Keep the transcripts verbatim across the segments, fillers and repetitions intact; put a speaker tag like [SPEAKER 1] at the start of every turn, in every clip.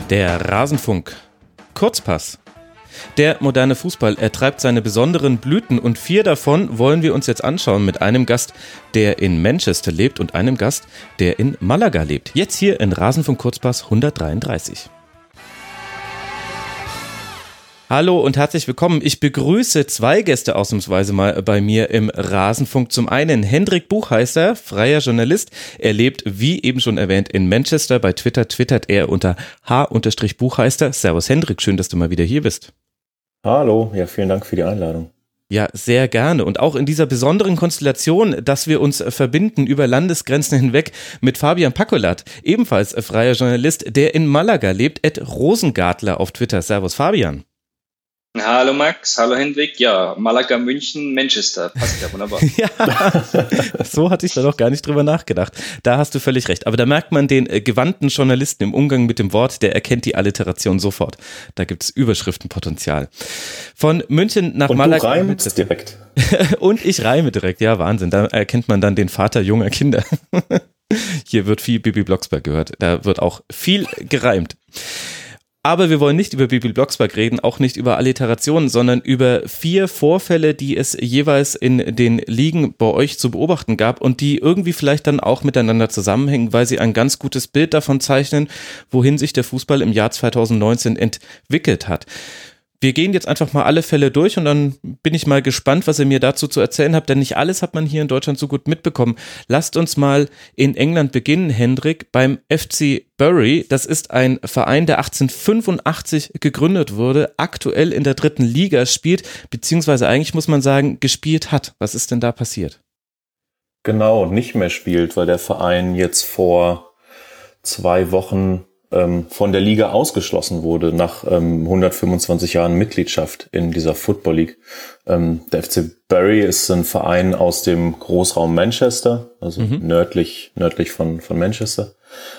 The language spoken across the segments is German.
[SPEAKER 1] Der Rasenfunk. Kurzpass. Der moderne Fußball ertreibt seine besonderen Blüten und vier davon wollen wir uns jetzt anschauen mit einem Gast, der in Manchester lebt und einem Gast, der in Malaga lebt. Jetzt hier in Rasenfunk Kurzpass hundertdreiunddreißig. Hallo und herzlich willkommen. Ich begrüße zwei Gäste ausnahmsweise mal bei mir im Rasenfunk. Zum einen Hendrik Buchheister, freier Journalist. Er lebt, wie eben schon erwähnt, in Manchester. Bei Twitter twittert er unter H Buchheister. Servus Hendrik, schön, dass du mal wieder hier bist.
[SPEAKER 2] Hallo, ja, vielen Dank für die Einladung.
[SPEAKER 1] Ja, sehr gerne. Und auch in dieser besonderen Konstellation, dass wir uns verbinden über Landesgrenzen hinweg mit Fabian Pacolat, ebenfalls freier Journalist, der in Malaga lebt, at Rosengartler auf Twitter. Servus Fabian.
[SPEAKER 3] Hallo Max, hallo Hendrik. Ja, Malaga, München, Manchester. Passt ja wunderbar.
[SPEAKER 1] Ja, so hatte ich da noch gar nicht drüber nachgedacht. Da hast du völlig recht. Aber da merkt man den äh, gewandten Journalisten im Umgang mit dem Wort, der erkennt die Alliteration sofort. Da gibt es Überschriftenpotenzial. Von München nach
[SPEAKER 2] Und
[SPEAKER 1] Malaga.
[SPEAKER 2] Und du reimst direkt.
[SPEAKER 1] Und ich reime direkt, ja Wahnsinn. Da erkennt man dann den Vater junger Kinder. Hier wird viel Bibi Blocksberg gehört. Da wird auch viel gereimt. Aber wir wollen nicht über Bibi Blocksberg reden, auch nicht über Alliterationen, sondern über vier Vorfälle, die es jeweils in den Ligen bei euch zu beobachten gab und die irgendwie vielleicht dann auch miteinander zusammenhängen, weil sie ein ganz gutes Bild davon zeichnen, wohin sich der Fußball im Jahr zweitausendneunzehn entwickelt hat. Wir gehen jetzt einfach mal alle Fälle durch und dann bin ich mal gespannt, was ihr mir dazu zu erzählen habt, denn nicht alles hat man hier in Deutschland so gut mitbekommen. Lasst uns mal in England beginnen, Hendrik, beim F C Bury. Das ist ein Verein, der achtzehnhundertfünfundachtzig gegründet wurde, aktuell in der dritten Liga spielt, beziehungsweise eigentlich muss man sagen, gespielt hat. Was ist denn da passiert?
[SPEAKER 2] Genau, nicht mehr spielt, weil der Verein jetzt vor zwei Wochen von der Liga ausgeschlossen wurde nach ähm, hundertfünfundzwanzig Jahren Mitgliedschaft in dieser Football League. Ähm, der F C Bury ist ein Verein aus dem Großraum Manchester, also mhm. nördlich nördlich von von Manchester,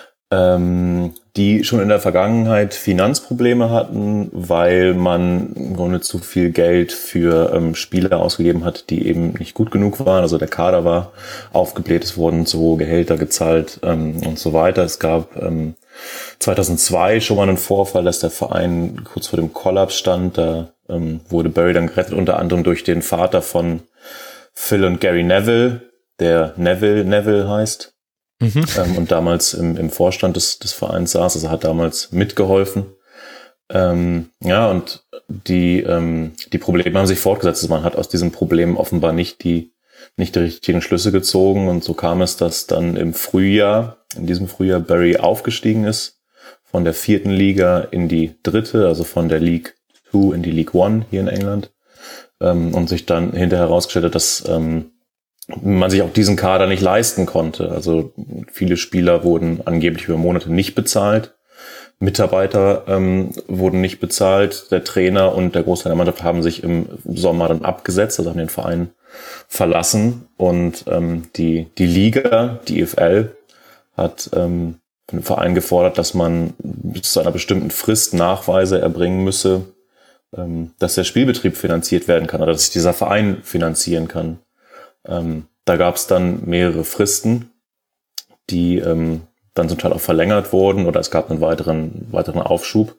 [SPEAKER 2] ähm, die schon in der Vergangenheit Finanzprobleme hatten, weil man im Grunde zu viel Geld für ähm, Spieler ausgegeben hat, die eben nicht gut genug waren. Also der Kader war aufgebläht, es wurden zu hohe Gehälter gezahlt ähm, und so weiter. Es gab ähm, zweitausendzwei schon mal einen Vorfall, dass der Verein kurz vor dem Kollaps stand. Da ähm, wurde Bury dann gerettet, unter anderem durch den Vater von Phil und Gary Neville, der Neville Neville heißt. Mhm. Ähm, und damals im, im Vorstand des, des Vereins saß, also hat damals mitgeholfen. Ähm, ja, und die, ähm, die Probleme haben sich fortgesetzt. Also man hat aus diesem Problem offenbar nicht die, nicht die richtigen Schlüsse gezogen und so kam es, dass dann im Frühjahr, in diesem Frühjahr Bury aufgestiegen ist, von der vierten Liga in die dritte, also von der League Two in die League One hier in England, ähm, und sich dann hinterher herausgestellt hat, dass ähm, man sich auch diesen Kader nicht leisten konnte. Also viele Spieler wurden angeblich über Monate nicht bezahlt. Mitarbeiter ähm, wurden nicht bezahlt. Der Trainer und der Großteil der Mannschaft haben sich im Sommer dann abgesetzt, also haben den Verein verlassen. Und ähm, die die Liga, die E F L, hat ähm, von dem Verein gefordert, dass man bis zu einer bestimmten Frist Nachweise erbringen müsse, ähm, dass der Spielbetrieb finanziert werden kann oder dass sich dieser Verein finanzieren kann. Ähm, da gab es dann mehrere Fristen, die ähm, dann zum Teil auch verlängert wurden oder es gab einen weiteren weiteren Aufschub.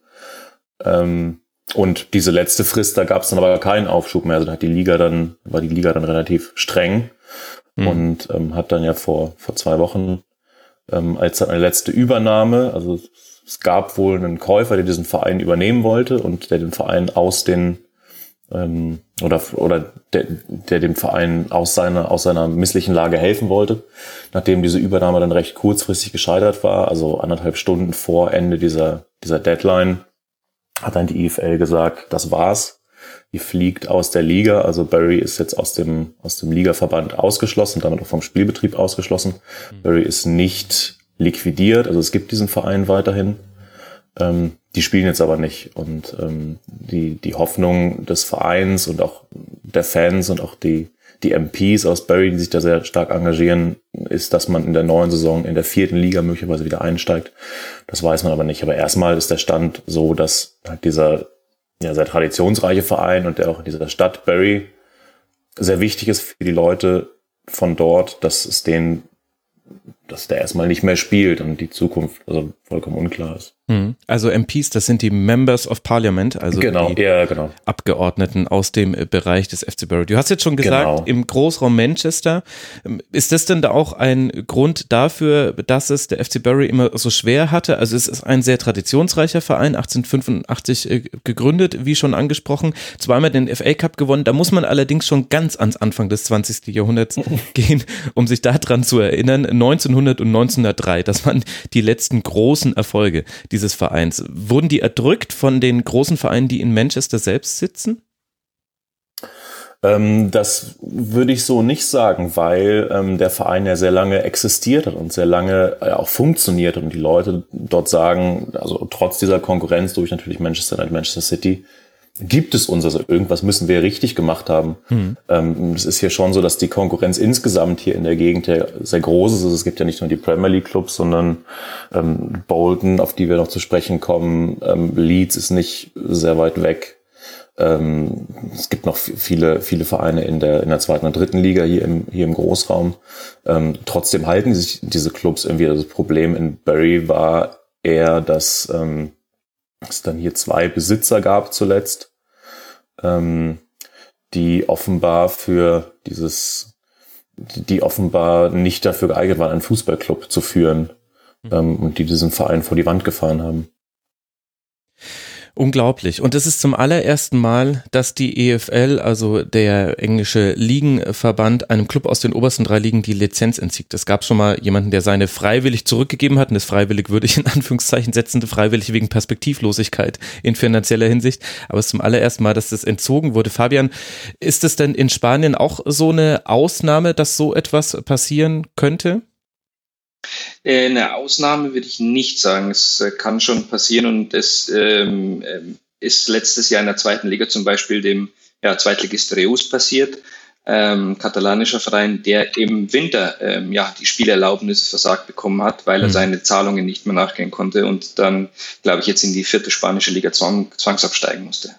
[SPEAKER 2] Ähm, und diese letzte Frist, da gab es dann aber keinen Aufschub mehr. Also da hat die Liga dann war die Liga dann relativ streng mhm. und ähm, hat dann ja vor vor zwei Wochen ähm, als eine letzte Übernahme, also es gab wohl einen Käufer, der diesen Verein übernehmen wollte und der den Verein aus den ähm, oder oder der, der dem Verein aus seiner aus seiner misslichen Lage helfen wollte. Nachdem diese Übernahme dann recht kurzfristig gescheitert war, also anderthalb Stunden vor Ende dieser dieser Deadline, hat dann die E F L gesagt, das war's. Ihr fliegt aus der Liga, also Bury ist jetzt aus dem aus dem Ligaverband ausgeschlossen, damit auch vom Spielbetrieb ausgeschlossen. Mhm. Bury ist nicht liquidiert, also es gibt diesen Verein weiterhin. Ähm, die spielen jetzt aber nicht und ähm, die die Hoffnung des Vereins und auch der Fans und auch die die M Ps aus Bury, die sich da sehr stark engagieren, ist, dass man in der neuen Saison in der vierten Liga möglicherweise wieder einsteigt. Das weiß man aber nicht. Aber erstmal ist der Stand so, dass halt dieser ja sehr traditionsreiche Verein und der auch in dieser Stadt Bury sehr wichtig ist für die Leute von dort, dass es denen dass der erstmal nicht mehr spielt und die Zukunft also vollkommen unklar ist.
[SPEAKER 1] Also M Ps, das sind die Members of Parliament, also
[SPEAKER 2] genau,
[SPEAKER 1] die
[SPEAKER 2] ja, genau.
[SPEAKER 1] Abgeordneten aus dem Bereich des F C Bury. Du hast jetzt schon gesagt,
[SPEAKER 2] genau.
[SPEAKER 1] im Großraum Manchester. Ist das denn da auch ein Grund dafür, dass es der F C Bury immer so schwer hatte? Also es ist ein sehr traditionsreicher Verein, achtzehnhundertfünfundachtzig gegründet, wie schon angesprochen, zweimal den F A Cup gewonnen. Da muss man allerdings schon ganz ans Anfang des zwanzigsten Jahrhunderts gehen, um sich daran zu erinnern. neunzehnhundert und neunzehnhundertdrei, das waren die letzten großen Erfolge dieses Vereins. Wurden die erdrückt von den großen Vereinen, die in Manchester selbst sitzen?
[SPEAKER 2] Ähm, das würde ich so nicht sagen, weil ähm, der Verein ja sehr lange existiert hat und sehr lange äh, auch funktioniert und die Leute dort sagen, also trotz dieser Konkurrenz durch natürlich Manchester United, Manchester City, gibt es uns, also irgendwas müssen wir richtig gemacht haben. Hm. Ähm, es ist hier schon so, dass die Konkurrenz insgesamt hier in der Gegend ja sehr groß ist. Also es gibt ja nicht nur die Premier League Clubs, sondern ähm, Bolton, auf die wir noch zu sprechen kommen, ähm, Leeds ist nicht sehr weit weg. Ähm, es gibt noch viele, viele Vereine in der, in der zweiten und dritten Liga hier im, hier im Großraum. Ähm, trotzdem halten sich diese Clubs irgendwie. Das Problem in Bury war eher, dass ähm, es dann hier zwei Besitzer gab zuletzt, ähm, die offenbar für dieses, die offenbar nicht dafür geeignet waren, einen Fußballclub zu führen, ähm, und die diesen Verein vor die Wand gefahren haben.
[SPEAKER 1] Unglaublich. Und es ist zum allerersten Mal, dass die E F L, also der englische Ligenverband, einem Club aus den obersten drei Ligen die Lizenz entzieht. Es gab schon mal jemanden, der seine freiwillig zurückgegeben hat, und das freiwillig würde ich in Anführungszeichen setzen, freiwillig wegen Perspektivlosigkeit in finanzieller Hinsicht. Aber es ist zum allerersten Mal, dass das entzogen wurde. Fabian, ist es denn in Spanien auch so eine Ausnahme, dass so etwas passieren könnte?
[SPEAKER 3] Eine Ausnahme würde ich nicht sagen. Es kann schon passieren und es ähm, ist letztes Jahr in der zweiten Liga zum Beispiel dem ja, Zweitligist Reus passiert, ähm, katalanischer Verein, der im Winter ähm, ja, die Spielerlaubnis versagt bekommen hat, weil er mhm. seine Zahlungen nicht mehr nachgehen konnte und dann, glaube ich, jetzt in die vierte spanische Liga zwang, zwangsabsteigen musste.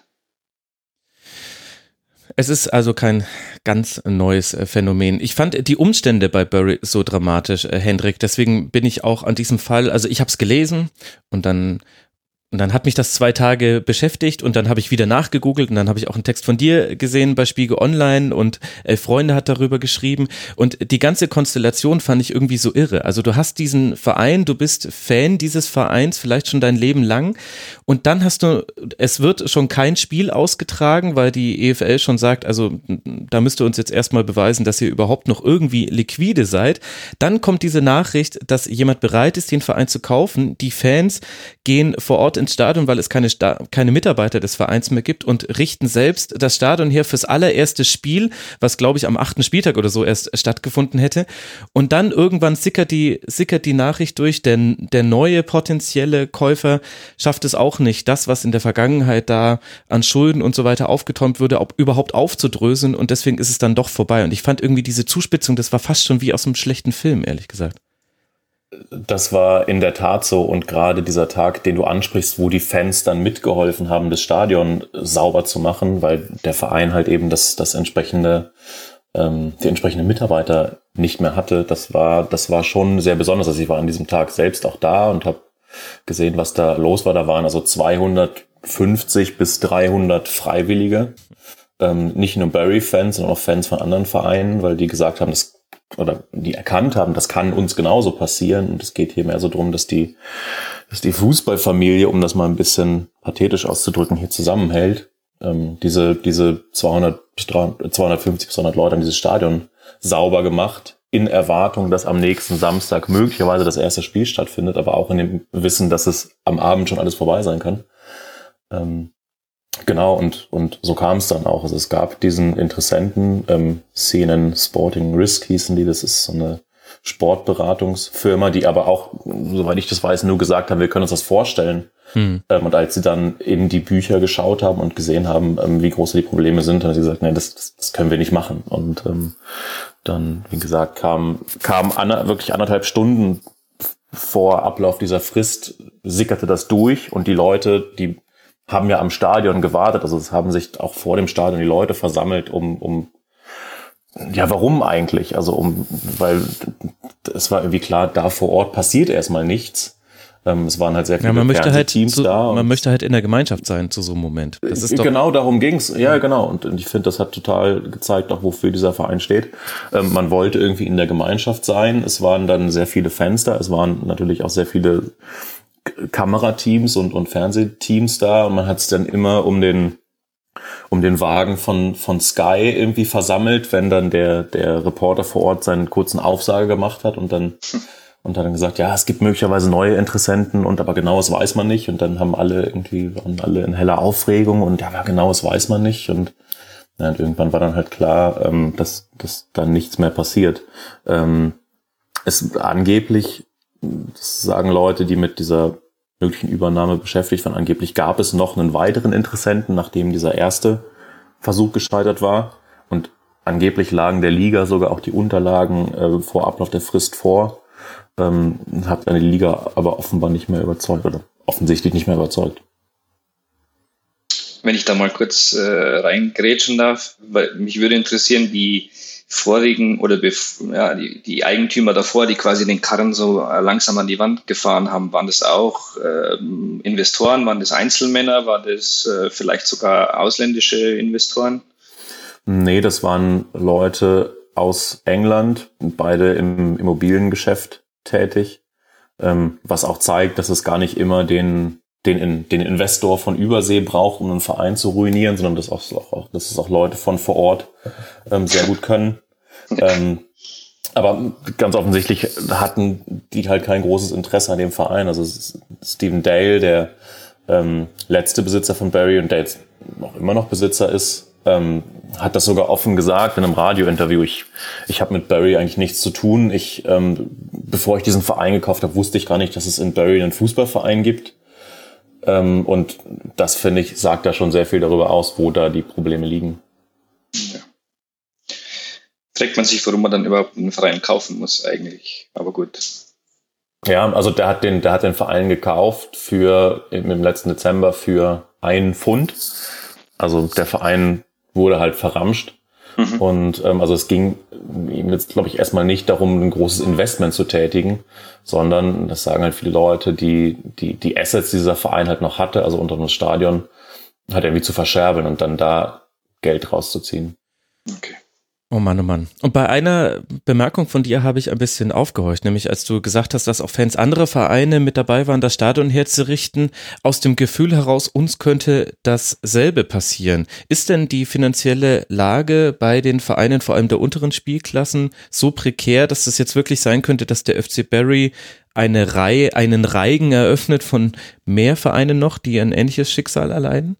[SPEAKER 1] Es ist also kein ganz neues Phänomen. Ich fand die Umstände bei Bury so dramatisch, Hendrik, deswegen bin ich auch an diesem Fall, also ich habe es gelesen und dann Und dann hat mich das zwei Tage beschäftigt und dann habe ich wieder nachgegoogelt und dann habe ich auch einen Text von dir gesehen bei Spiegel Online und Elf Freunde hat darüber geschrieben und die ganze Konstellation fand ich irgendwie so irre. Also du hast diesen Verein, du bist Fan dieses Vereins, vielleicht schon dein Leben lang und dann hast du, es wird schon kein Spiel ausgetragen, weil die E F L schon sagt, also da müsst ihr uns jetzt erstmal beweisen, dass ihr überhaupt noch irgendwie liquide seid. Dann kommt diese Nachricht, dass jemand bereit ist, den Verein zu kaufen. Die Fans gehen vor Ort ins Stadion, weil es keine, Sta- keine Mitarbeiter des Vereins mehr gibt und richten selbst das Stadion her fürs allererste Spiel, was glaube ich am achten Spieltag oder so erst stattgefunden hätte. Und dann irgendwann sickert die, sickert die Nachricht durch, denn der neue potenzielle Käufer schafft es auch nicht, das, was in der Vergangenheit da an Schulden und so weiter aufgetäumt wurde, ob überhaupt aufzudröseln und deswegen ist es dann doch vorbei. Und ich fand irgendwie diese Zuspitzung, das war fast schon wie aus einem schlechten Film, ehrlich gesagt.
[SPEAKER 2] Das war in der Tat so und gerade dieser Tag, den du ansprichst, wo die Fans dann mitgeholfen haben, das Stadion sauber zu machen, weil der Verein halt eben das, das entsprechende, ähm, die entsprechenden Mitarbeiter nicht mehr hatte, das war, das war schon sehr besonders. Also ich war an diesem Tag selbst auch da und habe gesehen, was da los war. Da waren also zweihundertfünfzig bis dreihundert Freiwillige, ähm, nicht nur Bury-Fans, sondern auch Fans von anderen Vereinen, weil die gesagt haben, das oder die erkannt haben, das kann uns genauso passieren und es geht hier mehr so drum, dass die, dass die Fußballfamilie, um das mal ein bisschen pathetisch auszudrücken, hier zusammenhält. Ähm, diese, diese zweihundert, zweihundertfünfzig bis dreihundert Leute haben dieses Stadion sauber gemacht, in Erwartung, dass am nächsten Samstag möglicherweise das erste Spiel stattfindet, aber auch in dem Wissen, dass es am Abend schon alles vorbei sein kann. Ähm, Genau, und und so kam es dann auch. Also es gab diesen Interessenten, ähm, C N N Sporting Risk hießen die, das ist so eine Sportberatungsfirma, die aber auch, soweit ich das weiß, nur gesagt haben, wir können uns das vorstellen. Hm. Ähm, und als sie dann in die Bücher geschaut haben und gesehen haben, ähm, wie groß die Probleme sind, haben sie gesagt, nee, das, das, das können wir nicht machen. Und ähm, dann, wie gesagt, kam, kam an, wirklich anderthalb Stunden vor Ablauf dieser Frist, sickerte das durch und die Leute, die haben ja am Stadion gewartet, also es haben sich auch vor dem Stadion die Leute versammelt, um um ja, warum eigentlich? Also um, weil es war irgendwie klar, da vor Ort passiert erstmal nichts. Ähm, es waren halt sehr viele
[SPEAKER 1] ja, man möchte halt
[SPEAKER 2] Teams
[SPEAKER 1] so,
[SPEAKER 2] da.
[SPEAKER 1] Man möchte halt in der Gemeinschaft sein zu so einem Moment. Das ist doch
[SPEAKER 2] genau, darum ging's. Ja, genau. Und, und ich finde, das hat total gezeigt, auch wofür dieser Verein steht. Ähm, man wollte irgendwie in der Gemeinschaft sein. Es waren dann sehr viele Fans da. Es waren natürlich auch sehr viele Kamerateams und, und Fernsehteams da. Und man hat es dann immer um den um den Wagen von von Sky irgendwie versammelt, wenn dann der der Reporter vor Ort seinen kurzen Aufsager gemacht hat und dann und dann gesagt, ja, es gibt möglicherweise neue Interessenten und aber genaues weiß man nicht und dann haben alle irgendwie waren alle in heller Aufregung und ja, genaues weiß man nicht und, ja, und irgendwann war dann halt klar, ähm, dass dass dann nichts mehr passiert. Ähm, es angeblich, das sagen Leute, die mit dieser möglichen Übernahme beschäftigt waren. Angeblich gab es noch einen weiteren Interessenten, nachdem dieser erste Versuch gescheitert war. Und angeblich lagen der Liga sogar auch die Unterlagen äh, vor Ablauf der Frist vor. Ähm, hat eine Liga aber offenbar nicht mehr überzeugt oder offensichtlich nicht mehr überzeugt.
[SPEAKER 3] Wenn ich da mal kurz äh, reingrätschen darf, weil mich würde interessieren, die vorigen oder bef- ja, die, die Eigentümer davor, die quasi den Karren so langsam an die Wand gefahren haben, waren das auch ähm, Investoren, waren das Einzelmänner, war das äh, vielleicht sogar ausländische Investoren?
[SPEAKER 2] Nee, das waren Leute aus England, beide im Immobiliengeschäft tätig, ähm, was auch zeigt, dass es gar nicht immer den den, den Investor von Übersee braucht, um einen Verein zu ruinieren, sondern dass, auch, auch, dass es auch Leute von vor Ort ähm, sehr gut können. Ähm, aber ganz offensichtlich hatten die halt kein großes Interesse an dem Verein. Also Stephen Dale, der ähm, letzte Besitzer von Bury und der jetzt auch immer noch Besitzer ist, ähm, hat das sogar offen gesagt in einem Radiointerview. Ich, ich habe mit Bury eigentlich nichts zu tun. Ich, ähm, bevor ich diesen Verein gekauft habe, wusste ich gar nicht, dass es in Bury einen Fußballverein gibt. Ähm, und das, finde ich, sagt da schon sehr viel darüber aus, wo da die Probleme liegen.
[SPEAKER 3] Ja. Fragt man sich, warum man dann überhaupt einen Verein kaufen muss eigentlich. Aber gut.
[SPEAKER 2] Ja, also der hat den, der hat den Verein gekauft für im, im letzten Dezember für einen Pfund. Also der Verein wurde halt verramscht. Mhm. Und ähm, also es ging ihm jetzt, glaube ich, erstmal nicht darum, ein großes Investment zu tätigen, sondern, das sagen halt viele Leute, die die die Assets, die dieser Verein halt noch hatte, also unter dem Stadion, halt irgendwie zu verscherbeln und dann da Geld rauszuziehen.
[SPEAKER 3] Okay.
[SPEAKER 1] Oh Mann, oh Mann. Und bei einer Bemerkung von dir habe ich ein bisschen aufgehorcht, nämlich als du gesagt hast, dass auch Fans anderer Vereine mit dabei waren, das Stadion herzurichten, aus dem Gefühl heraus, uns könnte dasselbe passieren. Ist denn die finanzielle Lage bei den Vereinen, vor allem der unteren Spielklassen, so prekär, dass es jetzt wirklich sein könnte, dass der F C Bury eine Reihe, einen Reigen eröffnet von mehr Vereinen noch, die ein ähnliches Schicksal erleiden?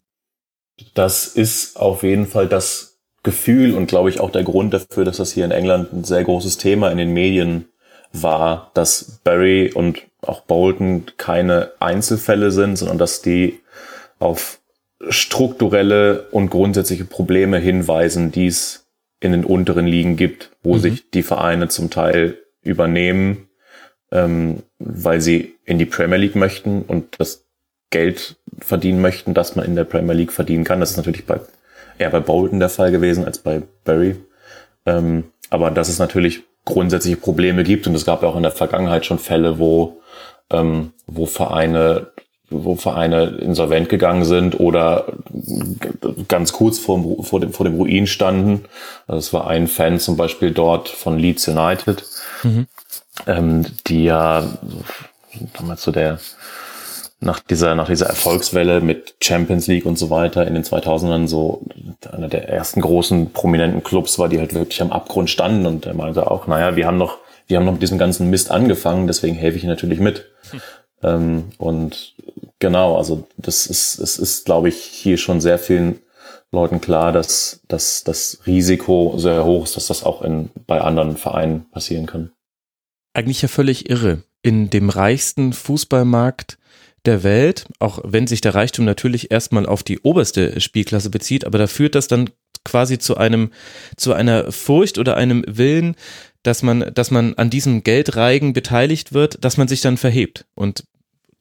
[SPEAKER 2] Das ist auf jeden Fall das Gefühl und, glaube ich, auch der Grund dafür, dass das hier in England ein sehr großes Thema in den Medien war, dass Bury und auch Bolton keine Einzelfälle sind, sondern dass die auf strukturelle und grundsätzliche Probleme hinweisen, die es in den unteren Ligen gibt, wo mhm. sich die Vereine zum Teil übernehmen, ähm, weil sie in die Premier League möchten und das Geld verdienen möchten, das man in der Premier League verdienen kann. Das ist natürlich bei eher bei Bolton der Fall gewesen als bei Bury. Ähm, aber dass es natürlich grundsätzliche Probleme gibt und es gab ja auch in der Vergangenheit schon Fälle, wo ähm, wo Vereine wo Vereine insolvent gegangen sind oder ganz kurz vor dem, vor dem, vor dem Ruin standen. Also es war ein Fan zum Beispiel dort von Leeds United, mhm. ähm, die ja damals so der nach dieser, nach dieser Erfolgswelle mit Champions League und so weiter in den zweitausendern so einer der ersten großen prominenten Clubs war, die halt wirklich am Abgrund standen und er meinte auch, naja, wir haben noch, wir haben noch mit diesem ganzen Mist angefangen, deswegen helfe ich natürlich mit. Hm. Ähm, und genau, also das ist, es ist, glaube ich, hier schon sehr vielen Leuten klar, dass, dass das Risiko sehr hoch ist, dass das auch in, bei anderen Vereinen passieren kann.
[SPEAKER 1] Eigentlich ja völlig irre. In dem reichsten Fußballmarkt der Welt, auch wenn sich der Reichtum natürlich erstmal auf die oberste Spielklasse bezieht, aber da führt das dann quasi zu einem, zu einer Furcht oder einem Willen, dass man, dass man an diesem Geldreigen beteiligt wird, dass man sich dann verhebt. Und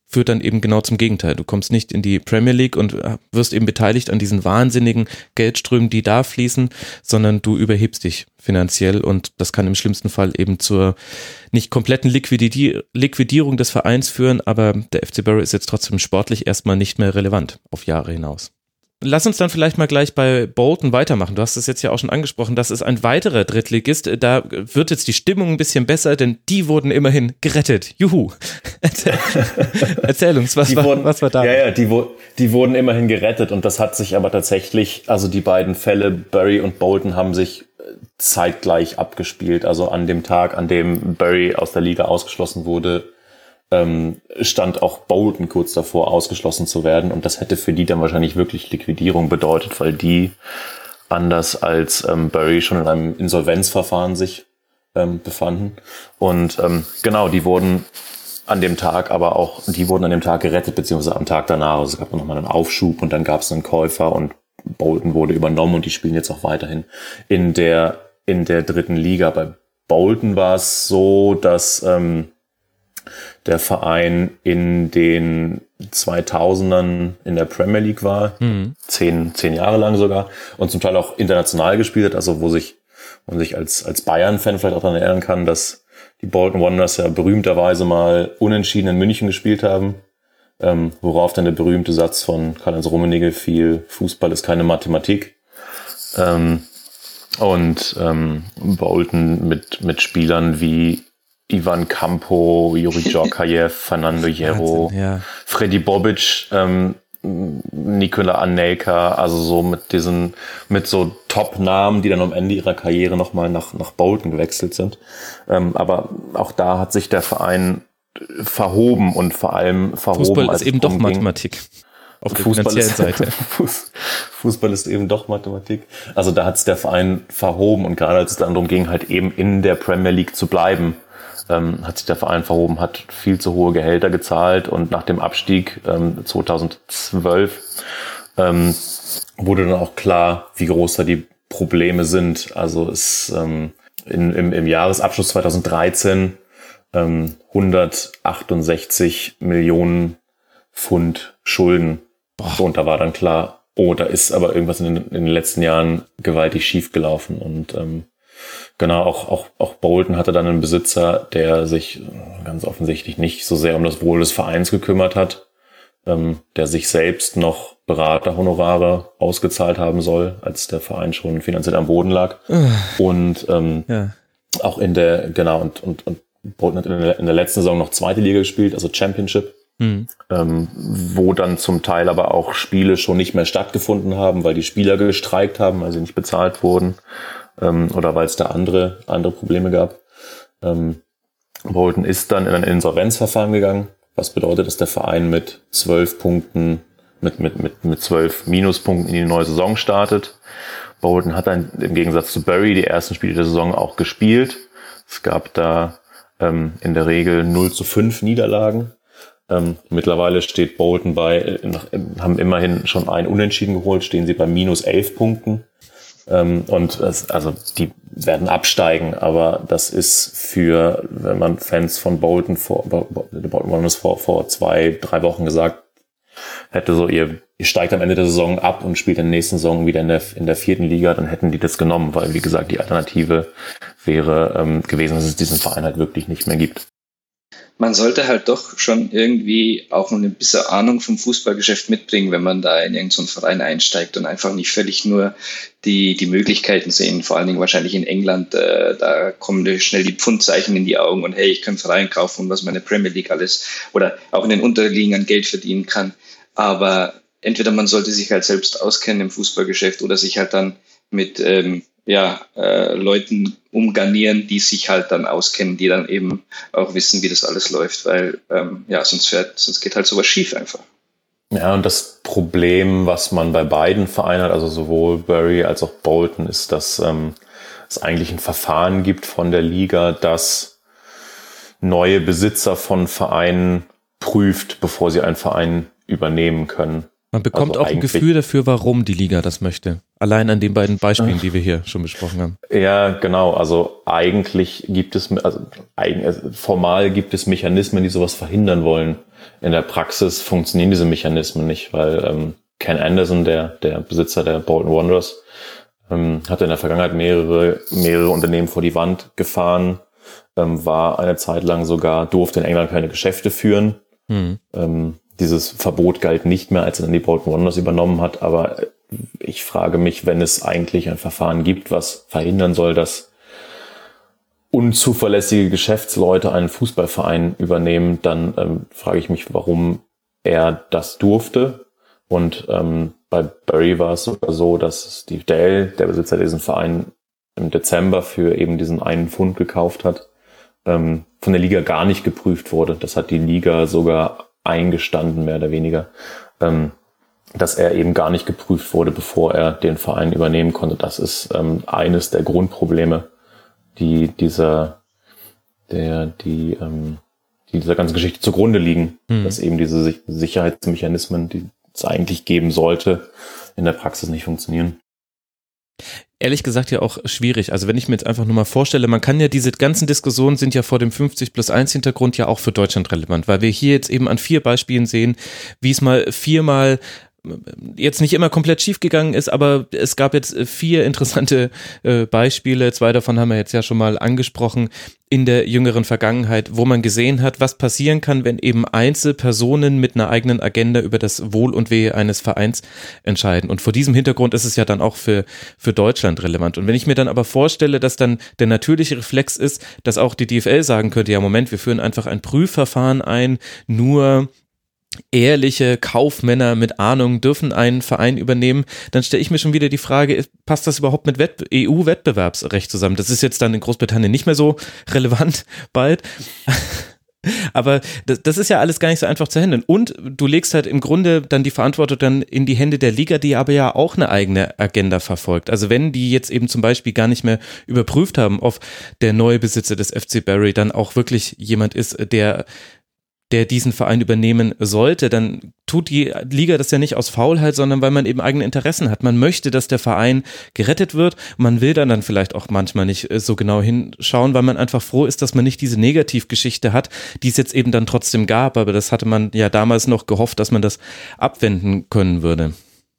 [SPEAKER 1] führt dann eben genau zum Gegenteil. Du kommst nicht in die Premier League und wirst eben beteiligt an diesen wahnsinnigen Geldströmen, die da fließen, sondern du überhebst dich finanziell und das kann im schlimmsten Fall eben zur nicht kompletten Liquidi- Liquidierung des Vereins führen, aber der F C Bury ist jetzt trotzdem sportlich erstmal nicht mehr relevant auf Jahre hinaus. Lass uns dann vielleicht mal gleich bei Bolton weitermachen. Du hast es jetzt ja auch schon angesprochen, das ist ein weiterer Drittligist. Da wird jetzt die Stimmung ein bisschen besser, denn die wurden immerhin gerettet. Juhu. Erzähl, Erzähl uns, was war,
[SPEAKER 2] wurden,
[SPEAKER 1] was war da?
[SPEAKER 2] Ja, ja, die, die wurden immerhin gerettet und das hat sich aber tatsächlich, also die beiden Fälle, Bury und Bolton, haben sich zeitgleich abgespielt. Also an dem Tag, an dem Bury aus der Liga ausgeschlossen wurde, Ähm, stand auch Bolton kurz davor, ausgeschlossen zu werden. Und das hätte für die dann wahrscheinlich wirklich Liquidierung bedeutet, weil die anders als ähm, Bury schon in einem Insolvenzverfahren sich ähm, befanden. Und ähm, genau, die wurden an dem Tag aber auch, die wurden an dem Tag gerettet, beziehungsweise am Tag danach. Also es gab nochmal einen Aufschub und dann gab es einen Käufer und Bolton wurde übernommen und die spielen jetzt auch weiterhin in der, in der dritten Liga. Bei Bolton war es so, dass ähm, der Verein in den zweitausendern in der Premier League war, mhm. zehn, zehn Jahre lang sogar, und zum Teil auch international gespielt hat, also wo sich, wo man sich als, als Bayern-Fan vielleicht auch daran erinnern kann, dass die Bolton Wanderers ja berühmterweise mal unentschieden in München gespielt haben, ähm, worauf dann der berühmte Satz von Karl-Heinz Rummenigge fiel: Fußball ist keine Mathematik. Ähm, und ähm, Bolton mit, mit Spielern wie Ivan Campo, Juri Djorkaeff, Fernando Hierro, Wahnsinn, ja. Freddy Bobic, ähm, Nikola Anelka, also so mit diesen, mit so Top-Namen, die dann am Ende ihrer Karriere nochmal nach, nach Bolton gewechselt sind. Ähm, aber auch da hat sich der Verein verhoben und vor allem verhoben.
[SPEAKER 1] Fußball ist eben doch Mathematik. Auf der
[SPEAKER 2] Fußball
[SPEAKER 1] finanziellen
[SPEAKER 2] ist,
[SPEAKER 1] Seite.
[SPEAKER 2] Fußball ist eben doch Mathematik. Also da hat es der Verein verhoben und gerade als es dann darum ging, halt eben in der Premier League zu bleiben, Ähm, hat sich der Verein verhoben, hat viel zu hohe Gehälter gezahlt und nach dem Abstieg ähm, zweitausendzwölf ähm, wurde dann auch klar, wie groß da die Probleme sind. Also es ähm, in, im, im Jahresabschluss zweitausenddreizehn ähm, hundertachtundsechzig Millionen Pfund Schulden. Boah. Und da war dann klar, oh, da ist aber irgendwas in den, in den letzten Jahren gewaltig schief gelaufen und ähm, Genau, auch, auch, auch Bolton hatte dann einen Besitzer, der sich ganz offensichtlich nicht so sehr um das Wohl des Vereins gekümmert hat, ähm, der sich selbst noch Beraterhonorare ausgezahlt haben soll, als der Verein schon finanziell am Boden lag. Und ähm, ja. auch in der, genau, und, und, und Bolton hat in der, in der letzten Saison noch zweite Liga gespielt, also Championship, mhm. ähm, wo dann zum Teil aber auch Spiele schon nicht mehr stattgefunden haben, weil die Spieler gestreikt haben, weil sie nicht bezahlt wurden. Oder weil es da andere andere Probleme gab. Ähm, Bolton ist dann in ein Insolvenzverfahren gegangen, was bedeutet, dass der Verein mit zwölf Punkten, mit mit mit mit zwölf Minuspunkten in die neue Saison startet. Bolton hat dann im Gegensatz zu Bury die ersten Spiele der Saison auch gespielt. Es gab da ähm, in der Regel null zu fünf Niederlagen. Ähm, mittlerweile steht Bolton bei, nach, haben immerhin schon ein Unentschieden geholt, stehen sie bei minus elf Punkten. Ähm, und es, also die werden absteigen, aber das ist für, wenn man Fans von Bolton vor, Bolton Wanderers vor, vor zwei, drei Wochen gesagt hätte, so ihr, ihr steigt am Ende der Saison ab und spielt in der nächsten Saison wieder in der, in der vierten Liga, dann hätten die das genommen, weil wie gesagt, die Alternative wäre ähm, gewesen, dass es diesen Verein halt wirklich nicht mehr gibt.
[SPEAKER 3] Man sollte halt doch schon irgendwie auch eine bisschen Ahnung vom Fußballgeschäft mitbringen, wenn man da in irgendeinen Verein einsteigt und einfach nicht völlig nur die die Möglichkeiten sehen. Vor allen Dingen wahrscheinlich in England, äh, da kommen schnell die Pfundzeichen in die Augen und hey, ich kann einen Verein kaufen, was meine Premier League alles oder auch in den Unterligen an Geld verdienen kann. Aber entweder man sollte sich halt selbst auskennen im Fußballgeschäft oder sich halt dann mit ähm, ja, äh, Leuten umgarnieren, die sich halt dann auskennen, die dann eben auch wissen, wie das alles läuft, weil ähm, ja, sonst fährt, sonst geht halt sowas schief einfach.
[SPEAKER 2] Ja, und das Problem, was man bei beiden Vereinen hat, also sowohl Bury als auch Bolton, ist, dass ähm, es eigentlich ein Verfahren gibt von der Liga, das neue Besitzer von Vereinen prüft, bevor sie einen Verein übernehmen können.
[SPEAKER 1] Man bekommt also auch ein Gefühl dafür, warum die Liga das möchte. Allein an den beiden Beispielen, die wir hier schon besprochen haben.
[SPEAKER 2] Ja, genau. Also eigentlich gibt es, also formal gibt es Mechanismen, die sowas verhindern wollen. In der Praxis funktionieren diese Mechanismen nicht, weil ähm, Ken Anderson, der der Besitzer der Bolton Wanderers, ähm, hat in der Vergangenheit mehrere mehrere Unternehmen vor die Wand gefahren, ähm, war eine Zeit lang sogar, durfte in England keine Geschäfte führen. Mhm. Ähm, dieses Verbot galt nicht mehr, als er dann die Bolton Wanderers übernommen hat, aber ich frage mich, wenn es eigentlich ein Verfahren gibt, was verhindern soll, dass unzuverlässige Geschäftsleute einen Fußballverein übernehmen, dann ähm, frage ich mich, warum er das durfte. Und ähm, bei Bury war es sogar so, dass Steve Dale, der Besitzer diesen Verein, im Dezember für eben diesen einen Pfund gekauft hat, ähm, von der Liga gar nicht geprüft wurde. Das hat die Liga sogar eingestanden, mehr oder weniger. Ähm, dass er eben gar nicht geprüft wurde, bevor er den Verein übernehmen konnte. Das ist ähm, eines der Grundprobleme, die dieser, der, die, ähm, die dieser ganzen Geschichte zugrunde liegen, mhm. dass eben diese Sicherheitsmechanismen, die es eigentlich geben sollte, in der Praxis nicht funktionieren.
[SPEAKER 1] Ehrlich gesagt ja auch schwierig. Also wenn ich mir jetzt einfach nur mal vorstelle, man kann ja diese ganzen Diskussionen sind ja vor dem fünfzig plus eins Hintergrund ja auch für Deutschland relevant, weil wir hier jetzt eben an vier Beispielen sehen, wie es mal viermal jetzt nicht immer komplett schief gegangen ist, aber es gab jetzt vier interessante äh, Beispiele, zwei davon haben wir jetzt ja schon mal angesprochen, in der jüngeren Vergangenheit, wo man gesehen hat, was passieren kann, wenn eben Einzelpersonen mit einer eigenen Agenda über das Wohl und Wehe eines Vereins entscheiden. Und vor diesem Hintergrund ist es ja dann auch für, für Deutschland relevant. Und wenn ich mir dann aber vorstelle, dass dann der natürliche Reflex ist, dass auch die D F L sagen könnte, ja Moment, wir führen einfach ein Prüfverfahren ein, nur ehrliche Kaufmänner mit Ahnung dürfen einen Verein übernehmen, dann stelle ich mir schon wieder die Frage, passt das überhaupt mit Wett- E U-Wettbewerbsrecht zusammen? Das ist jetzt dann in Großbritannien nicht mehr so relevant bald. Aber das, das ist ja alles gar nicht so einfach zu handeln. Und du legst halt im Grunde dann die Verantwortung dann in die Hände der Liga, die aber ja auch eine eigene Agenda verfolgt. Also wenn die jetzt eben zum Beispiel gar nicht mehr überprüft haben, ob der neue Besitzer des F C Bury dann auch wirklich jemand ist, der der diesen Verein übernehmen sollte, dann tut die Liga das ja nicht aus Faulheit, sondern weil man eben eigene Interessen hat. Man möchte, dass der Verein gerettet wird. Man will dann dann vielleicht auch manchmal nicht so genau hinschauen, weil man einfach froh ist, dass man nicht diese Negativgeschichte hat, die es jetzt eben dann trotzdem gab. Aber das hatte man ja damals noch gehofft, dass man das abwenden können würde.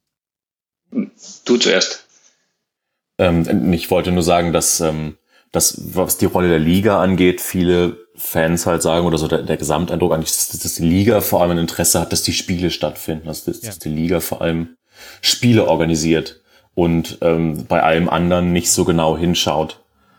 [SPEAKER 3] Du zuerst.
[SPEAKER 2] Ähm, ich wollte nur sagen, dass, ähm, dass was die Rolle der Liga angeht, viele Fans halt sagen, oder so der, der Gesamteindruck eigentlich, dass, dass die Liga vor allem ein Interesse hat, dass die Spiele stattfinden, dass, dass, ja. dass die Liga vor allem Spiele organisiert und ähm, bei allem anderen nicht so genau hinschaut.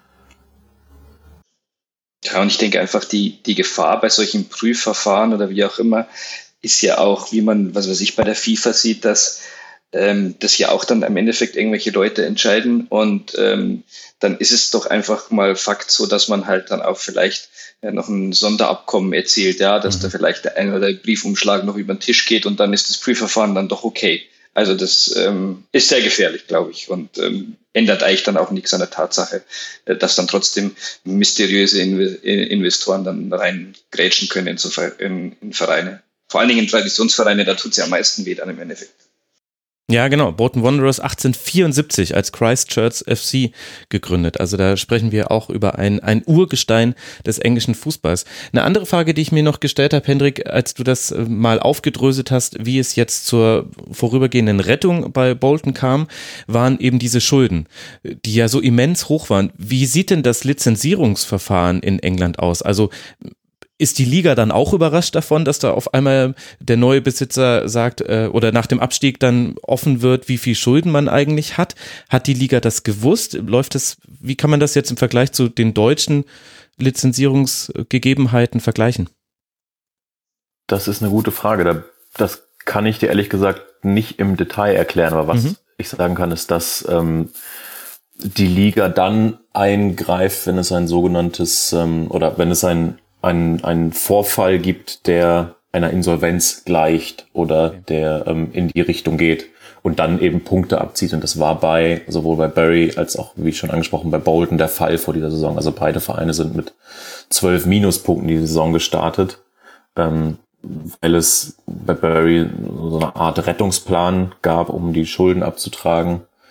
[SPEAKER 3] Ja, und ich denke einfach, die, die Gefahr bei solchen Prüfverfahren oder wie auch immer ist ja auch, wie man, was weiß ich, bei der FIFA sieht, dass ähm, das ja auch dann im Endeffekt irgendwelche Leute entscheiden und ähm, dann ist es doch einfach mal Fakt so, dass man halt dann auch vielleicht ja, noch ein Sonderabkommen erzielt, ja, dass mhm. da vielleicht der ein oder der Briefumschlag noch über den Tisch geht und dann ist das Prüfverfahren dann doch okay. Also das ähm, ist sehr gefährlich, glaube ich, und ähm, ändert eigentlich dann auch nichts an der Tatsache, dass dann trotzdem mysteriöse Investoren dann reingrätschen können in, so in, in Vereine. Vor allen Dingen in Traditionsvereine, da tut es ja am meisten weh dann im Endeffekt.
[SPEAKER 1] Ja, genau. Bolton Wanderers achtzehnhundertvierundsiebzig als Christchurch F C gegründet. Also da sprechen wir auch über ein, ein Urgestein des englischen Fußballs. Eine andere Frage, die ich mir noch gestellt habe, Hendrik, als du das mal aufgedröselt hast, wie es jetzt zur vorübergehenden Rettung bei Bolton kam, waren eben diese Schulden, die ja so immens hoch waren. Wie sieht denn das Lizenzierungsverfahren in England aus? Also ist die Liga dann auch überrascht davon, dass da auf einmal der neue Besitzer sagt äh, oder nach dem Abstieg dann offen wird, wie viel Schulden man eigentlich hat? Hat die Liga das gewusst? Läuft das? Wie kann man das jetzt im Vergleich zu den deutschen Lizenzierungsgegebenheiten vergleichen?
[SPEAKER 2] Das ist eine gute Frage. Das kann ich dir ehrlich gesagt nicht im Detail erklären, aber was mhm. ich sagen kann, ist, dass ähm, die Liga dann eingreift, wenn es ein sogenanntes ähm, oder wenn es ein Ein, ein Vorfall gibt, der einer Insolvenz gleicht oder okay. der ähm, in die Richtung geht und dann eben Punkte abzieht. Und das war bei sowohl bei Bury als auch, wie schon angesprochen, bei Bolton der Fall vor dieser Saison. Also beide Vereine sind mit zwölf Minuspunkten die Saison gestartet, ähm, weil es bei Bury so eine Art Rettungsplan gab, um die Schulden abzutragen.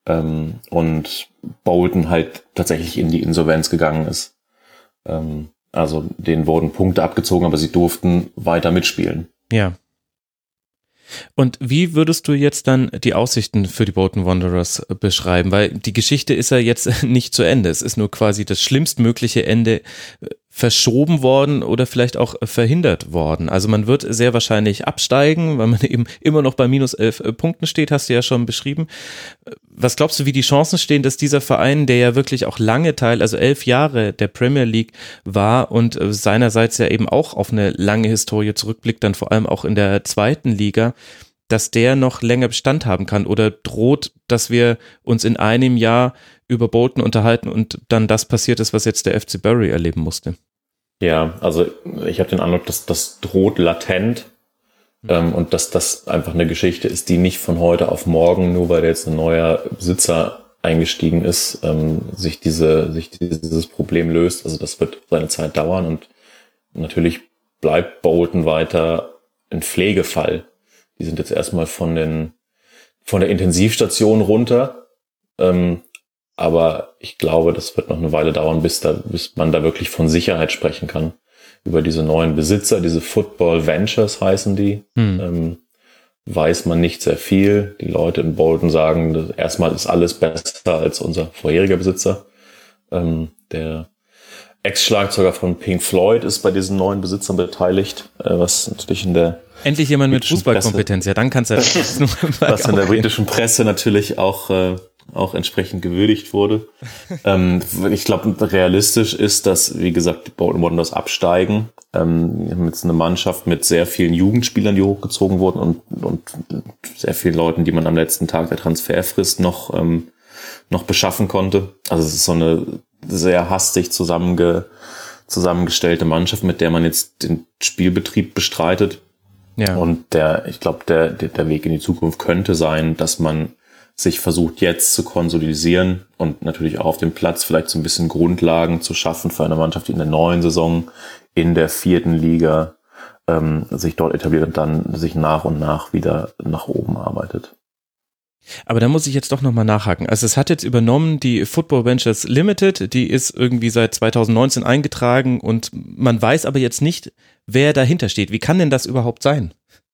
[SPEAKER 2] ähm, und Bolton halt tatsächlich in die Insolvenz gegangen ist. Ähm, also denen wurden Punkte abgezogen, aber sie durften weiter mitspielen.
[SPEAKER 1] Ja. Und wie würdest du jetzt dann die Aussichten für die Bolton Wanderers beschreiben? Weil die Geschichte ist ja jetzt nicht zu Ende. Es ist nur quasi das schlimmstmögliche Ende verschoben worden oder vielleicht auch verhindert worden. Also man wird sehr wahrscheinlich absteigen, weil man eben immer noch bei minus elf Punkten steht, hast du ja schon beschrieben. Was glaubst du, wie die Chancen stehen, dass dieser Verein, der ja wirklich auch lange Teil, also elf Jahre der Premier League war und seinerseits ja eben auch auf eine lange Historie zurückblickt, dann vor allem auch in der zweiten Liga, dass der noch länger Bestand haben kann, oder droht, dass wir uns in einem Jahr über Bolton unterhalten und dann das passiert ist, was jetzt der F C Bury erleben musste?
[SPEAKER 2] Ja, also ich habe den Eindruck, dass das droht latent mhm. ähm, und dass das einfach eine Geschichte ist, die nicht von heute auf morgen, nur weil jetzt ein neuer Besitzer eingestiegen ist, ähm, sich diese sich dieses Problem löst. Also das wird seine Zeit dauern und natürlich bleibt Bolton weiter ein Pflegefall. Die sind jetzt erstmal von den von der Intensivstation runter, ähm, aber ich glaube, das wird noch eine Weile dauern, bis da bis man da wirklich von Sicherheit sprechen kann über diese neuen Besitzer. Diese Football Ventures heißen die. Hm. Ähm, weiß man nicht sehr viel. Die Leute in Bolton sagen, dass erstmal ist alles besser als unser vorheriger Besitzer. Ähm, der Ex-Schlagzeuger von Pink Floyd ist bei diesen neuen Besitzern beteiligt, äh, was natürlich in der
[SPEAKER 1] endlich jemand mit Fußballkompetenz, ja, dann kannst du das nur
[SPEAKER 2] was in der britischen Presse natürlich auch äh, auch entsprechend gewürdigt wurde. ähm, ich glaube, realistisch ist, dass, wie gesagt, die Bolton Wanderers absteigen. Ähm, wir haben jetzt eine Mannschaft mit sehr vielen Jugendspielern, die hochgezogen wurden und, und sehr vielen Leuten, die man am letzten Tag der Transferfrist noch ähm, noch beschaffen konnte. Also es ist so eine sehr hastig zusammenge, zusammengestellte Mannschaft, mit der man jetzt den Spielbetrieb bestreitet. Ja. Und der, ich glaube, der, der Weg in die Zukunft könnte sein, dass man sich versucht, jetzt zu konsolidieren und natürlich auch auf dem Platz vielleicht so ein bisschen Grundlagen zu schaffen für eine Mannschaft, die in der neuen Saison in der vierten Liga ähm, sich dort etabliert und dann sich nach und nach wieder nach oben arbeitet.
[SPEAKER 1] Aber da muss ich jetzt doch nochmal nachhaken. Also es hat jetzt übernommen die Football Ventures Limited, die ist irgendwie seit zwanzig neunzehn eingetragen und man weiß aber jetzt nicht, wer dahinter steht. Wie kann denn das überhaupt sein?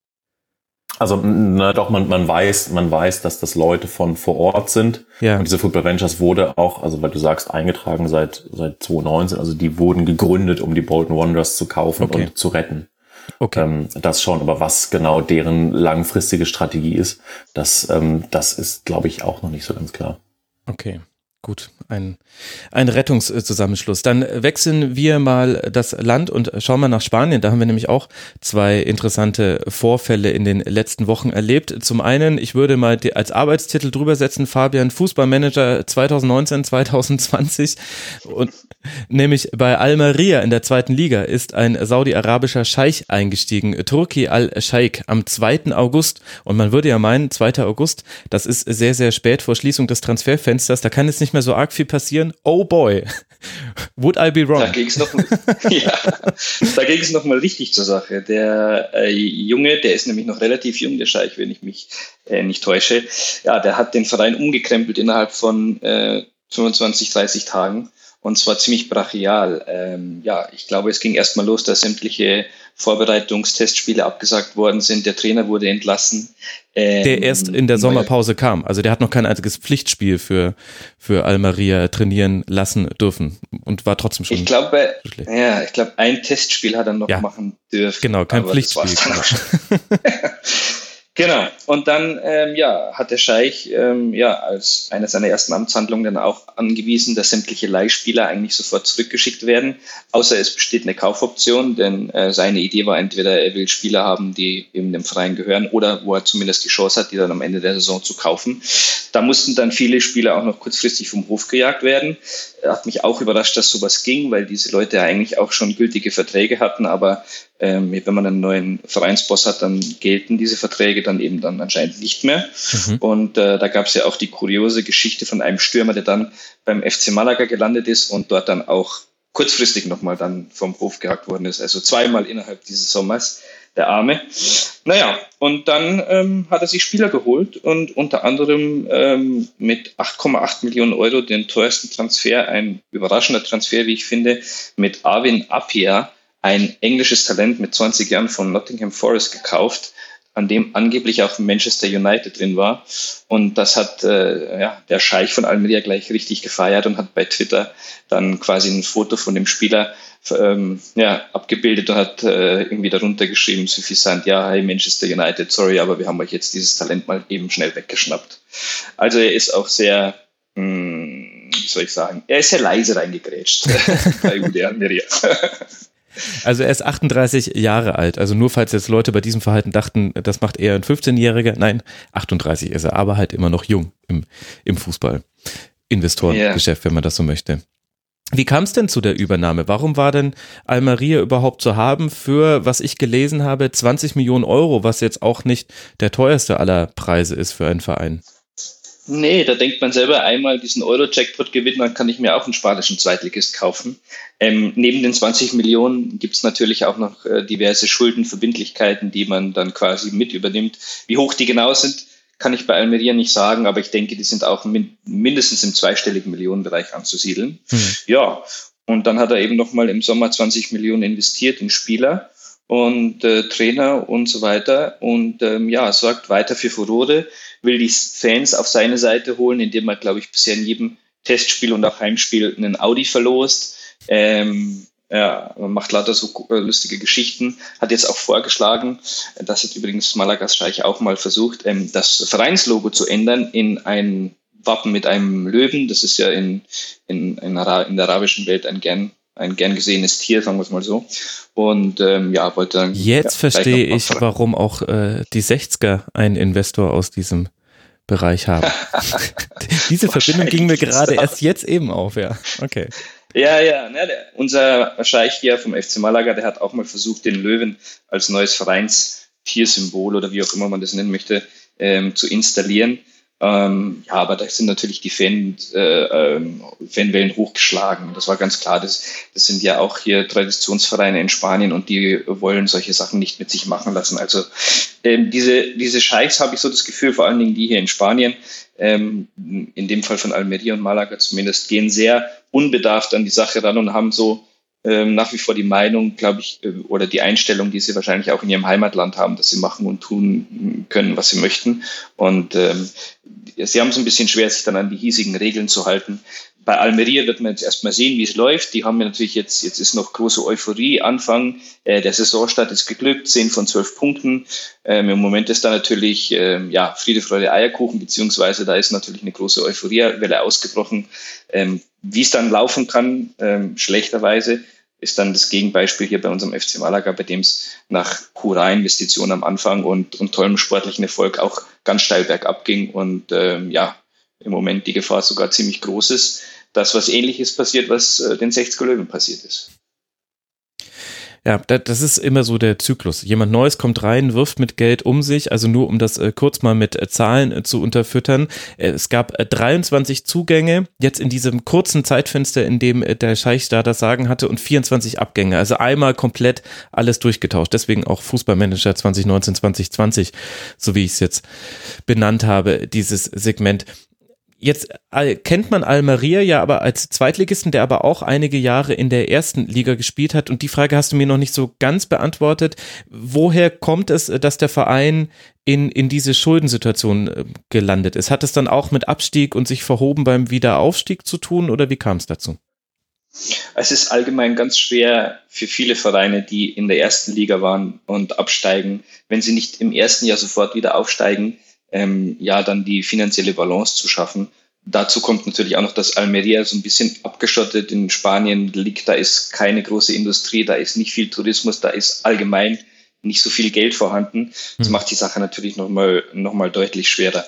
[SPEAKER 2] Also, na doch, man, man weiß, man weiß, dass das Leute von vor Ort sind. Ja. Und diese Football Ventures wurde auch, also weil du sagst, eingetragen seit, seit zwanzig neunzehn, also die wurden gegründet, um die Bolton Wanderers zu kaufen okay. und zu retten. Okay. Ähm, das schon, aber was genau deren langfristige Strategie ist, das, ähm, das ist, glaube ich, auch noch nicht so ganz klar.
[SPEAKER 1] Okay. Gut, ein, ein Rettungszusammenschluss. Dann wechseln wir mal das Land und schauen mal nach Spanien. Da haben wir nämlich auch zwei interessante Vorfälle in den letzten Wochen erlebt. Zum einen, ich würde mal als Arbeitstitel drüber setzen, Fabian, Fußballmanager zwanzig neunzehn zwanzig zwanzig. Und nämlich bei Almeria in der zweiten Liga ist ein saudi-arabischer Scheich eingestiegen, Turki Al-Sheikh, am zweiten August. Und man würde ja meinen, zweiter August, das ist sehr, sehr spät vor Schließung des Transferfensters. Da kann es nicht mehr so arg viel passieren. Oh boy, would I be wrong?
[SPEAKER 3] Da ging es noch, ja, da ging es noch mal richtig zur Sache. Der äh, Junge, der ist nämlich noch relativ jung, der Scheich, wenn ich mich äh, nicht täusche, ja, der hat den Verein umgekrempelt innerhalb von äh, fünfundzwanzig, dreißig Tagen. Und zwar ziemlich brachial. Ähm, ja, ich glaube, es ging erstmal los, dass sämtliche Vorbereitungstestspiele abgesagt worden sind. Der Trainer wurde entlassen.
[SPEAKER 1] Ähm, der erst in der Sommerpause kam. Also der hat noch kein einziges Pflichtspiel für, für Almeria trainieren lassen dürfen und war trotzdem schon.
[SPEAKER 3] Ich glaube, ja, ich glaube, ein Testspiel hat er noch ja, machen dürfen.
[SPEAKER 1] Genau, kein Pflichtspiel.
[SPEAKER 3] Genau, und dann ähm, ja, hat der Scheich ähm, ja, als eine seiner ersten Amtshandlungen dann auch angewiesen, dass sämtliche Leihspieler eigentlich sofort zurückgeschickt werden, außer es besteht eine Kaufoption, denn äh, seine Idee war entweder, er will Spieler haben, die eben dem Verein gehören oder wo er zumindest die Chance hat, die dann am Ende der Saison zu kaufen. Da mussten dann viele Spieler auch noch kurzfristig vom Hof gejagt werden. Hat mich auch überrascht, dass sowas ging, weil diese Leute ja eigentlich auch schon gültige Verträge hatten, aber ähm, wenn man einen neuen Vereinsboss hat, dann gelten diese Verträge dann eben dann anscheinend nicht mehr. Mhm. Und äh, da gab es ja auch die kuriose Geschichte von einem Stürmer, der dann beim F C Malaga gelandet ist und dort dann auch kurzfristig nochmal dann vom Hof gehackt worden ist. Also zweimal innerhalb dieses Sommers. der Arme. Naja, und dann ähm, hat er sich Spieler geholt und unter anderem ähm, mit acht Komma acht Millionen Euro den teuersten Transfer, ein überraschender Transfer, wie ich finde, mit Arvin Appiah, ein englisches Talent mit zwanzig Jahren von Nottingham Forest gekauft, an dem angeblich auch Manchester United drin war. Und das hat äh, ja, der Scheich von Almeria gleich richtig gefeiert und hat bei Twitter dann quasi ein Foto von dem Spieler ähm, ja, abgebildet und hat äh, irgendwie darunter geschrieben, suffisant, ja, hey Manchester United, sorry, aber wir haben euch jetzt dieses Talent mal eben schnell weggeschnappt. Also er ist auch sehr, mh, wie soll ich sagen, er ist sehr leise reingegrätscht bei U D Almeria.
[SPEAKER 1] Also er ist achtunddreißig Jahre alt, also nur falls jetzt Leute bei diesem Verhalten dachten, das macht eher ein fünfzehnjähriger, nein, achtunddreißig ist er, aber halt immer noch jung im, im Fußball. Investorengeschäft, yeah. Wenn man das so möchte. Wie kam es denn zu der Übernahme? Warum war denn Almeria überhaupt zu haben für, was ich gelesen habe, zwanzig Millionen Euro, was jetzt auch nicht der teuerste aller Preise ist für einen Verein?
[SPEAKER 3] Nee, da denkt man selber einmal diesen Euro-Jackpot gewinnen, dann kann ich mir auch einen spanischen Zweitligist kaufen. Ähm, neben den zwanzig Millionen gibt es natürlich auch noch äh, diverse Schuldenverbindlichkeiten, die man dann quasi mit übernimmt. Wie hoch die genau sind, kann ich bei Almeria nicht sagen, aber ich denke, die sind auch min- mindestens im zweistelligen Millionenbereich anzusiedeln. Mhm. Ja, und dann hat er eben nochmal im Sommer zwanzig Millionen investiert in Spieler und äh, Trainer und so weiter und ähm, ja, sorgt weiter für Furore, will die Fans auf seine Seite holen, indem er, glaube ich, bisher in jedem Testspiel und auch Heimspiel einen Audi verlost. Ähm, ja, man macht lauter so äh, lustige Geschichten. Hat jetzt auch vorgeschlagen, das hat übrigens Malagas Scheich auch mal versucht, ähm, das Vereinslogo zu ändern in ein Wappen mit einem Löwen. Das ist ja in, in, in, Ara- in der arabischen Welt ein gern ein gern gesehenes Tier, sagen wir es mal so. Und ähm, ja, wollte dann...
[SPEAKER 1] Jetzt
[SPEAKER 3] ja,
[SPEAKER 1] verstehe ich, warum auch äh, die sechziger einen Investor aus diesem Bereich haben. Diese Verbindung ging mir gerade erst jetzt eben auf, ja. Okay.
[SPEAKER 3] Ja, ja, ne, der, unser Scheich hier vom F C Malaga, der hat auch mal versucht, den Löwen als neues Vereinstiersymbol oder wie auch immer man das nennen möchte, ähm, zu installieren. Ähm, ja, aber da sind natürlich die Fan, äh, ähm, Fanwellen hochgeschlagen. Das war ganz klar. Das, das sind ja auch hier Traditionsvereine in Spanien und die wollen solche Sachen nicht mit sich machen lassen. Also ähm, diese, diese Scheichs habe ich so das Gefühl, vor allen Dingen die hier in Spanien, ähm, in dem Fall von Almeria und Malaga zumindest, gehen sehr unbedarft an die Sache ran und haben so ähm, nach wie vor die Meinung, glaube ich, äh, oder die Einstellung, die sie wahrscheinlich auch in ihrem Heimatland haben, dass sie machen und tun können, was sie möchten. Und ähm, sie haben es ein bisschen schwer, sich dann an die hiesigen Regeln zu halten. Bei Almeria wird man jetzt erstmal sehen, wie es läuft. Die haben ja natürlich jetzt, jetzt ist noch große Euphorie. Anfang äh, der Saisonstart ist geglückt, zehn von zwölf Punkten. Ähm, Im Moment ist da natürlich ähm, ja, Friede, Freude, Eierkuchen, beziehungsweise da ist natürlich eine große Euphoriewelle ausgebrochen. Ähm, wie es dann laufen kann, ähm, schlechterweise, ist dann das Gegenbeispiel hier bei unserem F C Malaga, bei dem es nach Hurra-Investitionen am Anfang und, und tollem sportlichen Erfolg auch ganz steil bergab ging und ähm, ja, im Moment die Gefahr sogar ziemlich groß ist, dass was Ähnliches passiert, was äh, den sechziger Löwen passiert ist.
[SPEAKER 1] Ja, das ist immer so der Zyklus. Jemand Neues kommt rein, wirft mit Geld um sich, also nur um das äh, kurz mal mit äh, Zahlen äh, zu unterfüttern. Äh, es gab äh, dreiundzwanzig Zugänge, jetzt in diesem kurzen Zeitfenster, in dem äh, der Scheich da das Sagen hatte und vierundzwanzig Abgänge. Also einmal komplett alles durchgetauscht. Deswegen auch Fußballmanager zwanzig neunzehn, zwanzig zwanzig, so wie ich es jetzt benannt habe, dieses Segment. Jetzt kennt man Almeria ja aber als Zweitligisten, der aber auch einige Jahre in der ersten Liga gespielt hat. Und die Frage hast du mir noch nicht so ganz beantwortet. Woher kommt es, dass der Verein in, in diese Schuldensituation gelandet ist? Hat es dann auch mit Abstieg und sich verhoben beim Wiederaufstieg zu tun oder wie kam es dazu?
[SPEAKER 3] Es ist allgemein ganz schwer für viele Vereine, die in der ersten Liga waren und absteigen, wenn sie nicht im ersten Jahr sofort wieder aufsteigen, Ähm, ja, dann die finanzielle Balance zu schaffen. Dazu kommt natürlich auch noch, dass Almeria so ein bisschen abgeschottet in Spanien liegt. Da ist keine große Industrie, da ist nicht viel Tourismus, da ist allgemein nicht so viel Geld vorhanden. Das macht die Sache natürlich nochmal noch mal deutlich schwerer.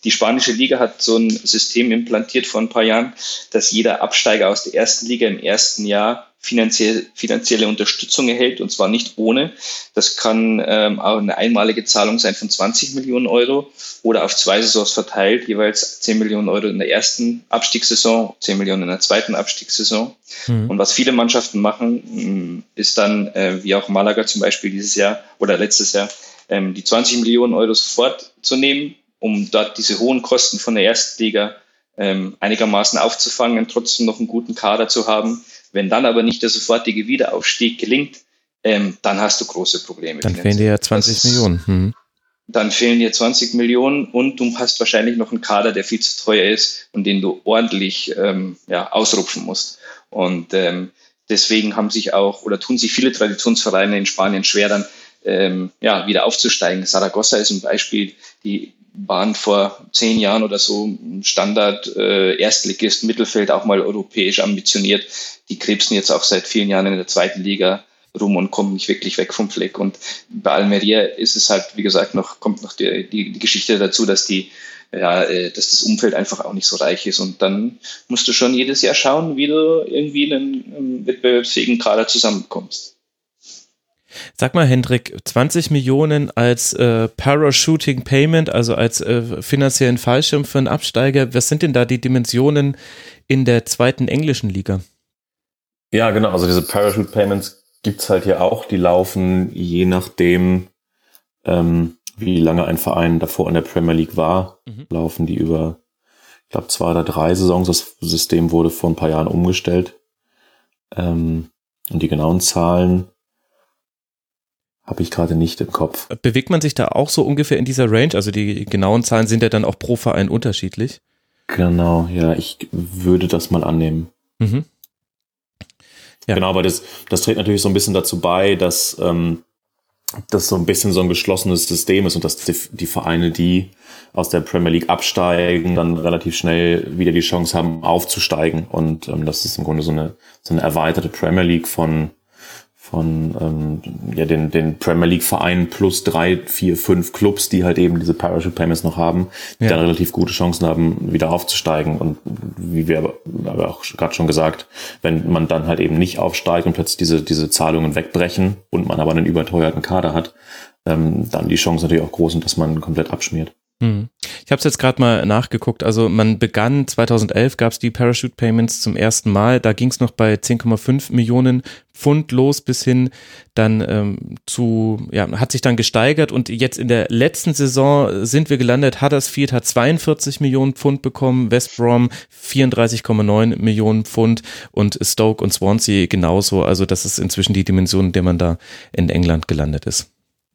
[SPEAKER 3] die spanische Liga hat so ein System implantiert vor ein paar Jahren, dass jeder Absteiger aus der ersten Liga im ersten Jahr finanziell, finanzielle Unterstützung erhält, und zwar nicht ohne. Das kann ähm, auch eine einmalige Zahlung sein von zwanzig Millionen Euro oder auf zwei Saisons verteilt, jeweils zehn Millionen Euro in der ersten Abstiegssaison, zehn Millionen in der zweiten Abstiegssaison. Mhm. Und was viele Mannschaften machen, ist dann, äh, wie auch Malaga zum Beispiel dieses Jahr oder letztes Jahr, ähm, die zwanzig Millionen Euro sofort zu nehmen, um dort diese hohen Kosten von der ersten Liga ähm, einigermaßen aufzufangen und trotzdem noch einen guten Kader zu haben. Wenn dann aber nicht der sofortige Wiederaufstieg gelingt, ähm, dann hast du große Probleme.
[SPEAKER 1] Dann fehlen dir ja zwanzig Millionen. Hm.
[SPEAKER 3] Dann fehlen dir zwanzig Millionen und du hast wahrscheinlich noch einen Kader, der viel zu teuer ist und den du ordentlich ähm, ja, ausrupfen musst. Und ähm, deswegen haben sich auch oder tun sich viele Traditionsvereine in Spanien schwer, dann ähm, ja, wieder aufzusteigen. Saragossa ist ein Beispiel, die waren vor zehn Jahren oder so Standard äh, Erstligist, Mittelfeld, auch mal europäisch ambitioniert. Die krebsen jetzt auch seit vielen Jahren in der zweiten Liga rum und kommen nicht wirklich weg vom Fleck. Und bei Almeria ist es halt, wie gesagt, noch kommt noch die, die, die Geschichte dazu, dass die ja, äh, dass das Umfeld einfach auch nicht so reich ist. Und dann musst du schon jedes Jahr schauen, wie du irgendwie einen, einen wettbewerbsfähigen Kader zusammenkommst.
[SPEAKER 1] Sag mal, Hendrik, zwanzig Millionen als äh, Parachuting Payment, also als äh, finanziellen Fallschirm für einen Absteiger. Was sind denn da die Dimensionen in der zweiten englischen Liga?
[SPEAKER 2] Ja, genau. Also diese Parachute Payments gibt's halt hier auch. Die laufen je nachdem, ähm, wie lange ein Verein davor in der Premier League war, mhm. laufen die über, ich glaube, zwei oder drei Saisons. Das System wurde vor ein paar Jahren umgestellt. Ähm, und die genauen Zahlen habe ich gerade nicht im Kopf.
[SPEAKER 1] Bewegt man sich da auch so ungefähr in dieser Range? Also die genauen Zahlen sind ja dann auch pro Verein unterschiedlich.
[SPEAKER 2] Genau, ja, ich würde das mal annehmen. Mhm. Ja. Genau, aber das, das trägt natürlich so ein bisschen dazu bei, dass ähm, das so ein bisschen so ein geschlossenes System ist und dass die, die Vereine, die aus der Premier League absteigen, dann relativ schnell wieder die Chance haben, aufzusteigen. Und ähm, das ist im Grunde so eine, so eine erweiterte Premier League von von ähm, ja den den Premier League Vereinen plus drei, vier, fünf Clubs, die halt eben diese Parachute Payments noch haben, die ja. dann relativ gute Chancen haben, wieder aufzusteigen. Und wie wir aber, aber auch gerade schon gesagt, wenn man dann halt eben nicht aufsteigt und plötzlich diese diese Zahlungen wegbrechen und man aber einen überteuerten Kader hat, ähm, dann die Chance natürlich auch groß sind, dass man komplett abschmiert.
[SPEAKER 1] Ich habe es jetzt gerade mal nachgeguckt, also man begann zweitausendelf, gab es die Parachute Payments zum ersten Mal, da ging es noch bei zehn Komma fünf Millionen Pfund los bis hin dann ähm, zu, ja, hat sich dann gesteigert und jetzt in der letzten Saison sind wir gelandet, Huddersfield hat zweiundvierzig Millionen Pfund bekommen, West Brom vierunddreißig Komma neun Millionen Pfund und Stoke und Swansea genauso, also das ist inzwischen die Dimension, in der man da in England gelandet ist.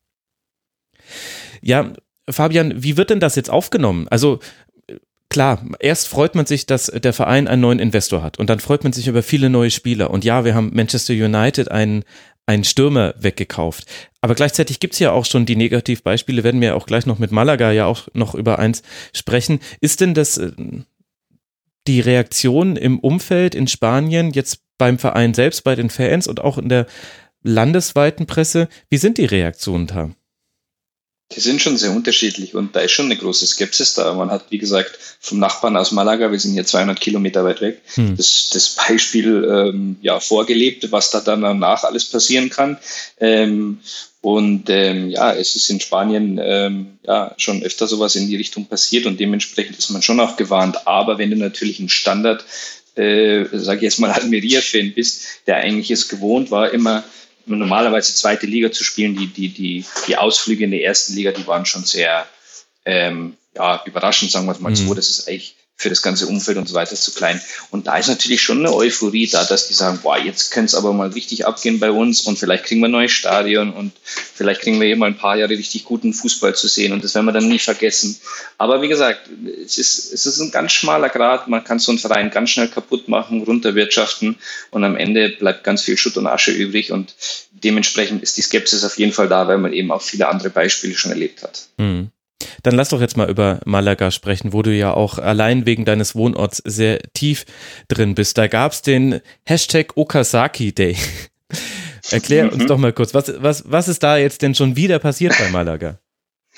[SPEAKER 1] Ja, Fabian, wie wird denn das jetzt aufgenommen? Also klar, erst freut man sich, dass der Verein einen neuen Investor hat und dann freut man sich über viele neue Spieler und ja, wir haben Manchester United einen, einen Stürmer weggekauft, aber gleichzeitig gibt es ja auch schon die Negativbeispiele, werden wir auch gleich noch mit Malaga ja auch noch über eins sprechen. Ist denn das die Reaktion im Umfeld in Spanien, jetzt beim Verein selbst, bei den Fans und auch in der landesweiten Presse, wie sind die Reaktionen da?
[SPEAKER 3] Die sind schon sehr unterschiedlich und da ist schon eine große Skepsis da. Man hat, wie gesagt, vom Nachbarn aus Malaga, wir sind hier zweihundert Kilometer weit weg, hm. das, das Beispiel ähm, ja, vorgelebt, was da dann danach alles passieren kann. Ähm, und ähm, ja, es ist in Spanien ähm, ja schon öfter sowas in die Richtung passiert und dementsprechend ist man schon auch gewarnt. Aber wenn du natürlich ein Standard, äh, sage ich jetzt mal Almeria-Fan bist, der eigentlich es gewohnt war, immer normalerweise zweite Liga zu spielen, die, die, die, die Ausflüge in der ersten Liga, die waren schon sehr ähm, ja, überraschend, sagen wir mal so, mhm. das ist eigentlich für das ganze Umfeld und so weiter zu klein. Und da ist natürlich schon eine Euphorie da, dass die sagen, boah, jetzt könnte es aber mal richtig abgehen bei uns und vielleicht kriegen wir ein neues Stadion und vielleicht kriegen wir hier mal ein paar Jahre richtig guten Fußball zu sehen und das werden wir dann nie vergessen. Aber wie gesagt, es ist, es ist ein ganz schmaler Grat, man kann so einen Verein ganz schnell kaputt machen, runterwirtschaften und am Ende bleibt ganz viel Schutt und Asche übrig und dementsprechend ist die Skepsis auf jeden Fall da, weil man eben auch viele andere Beispiele schon erlebt hat.
[SPEAKER 1] Mhm. Dann lass doch jetzt mal über Malaga sprechen, wo du ja auch allein wegen deines Wohnorts sehr tief drin bist. Da gab es den Hashtag Okazaki Day. Erklär mhm. uns doch mal kurz, was, was, was ist da jetzt denn schon wieder passiert bei Malaga?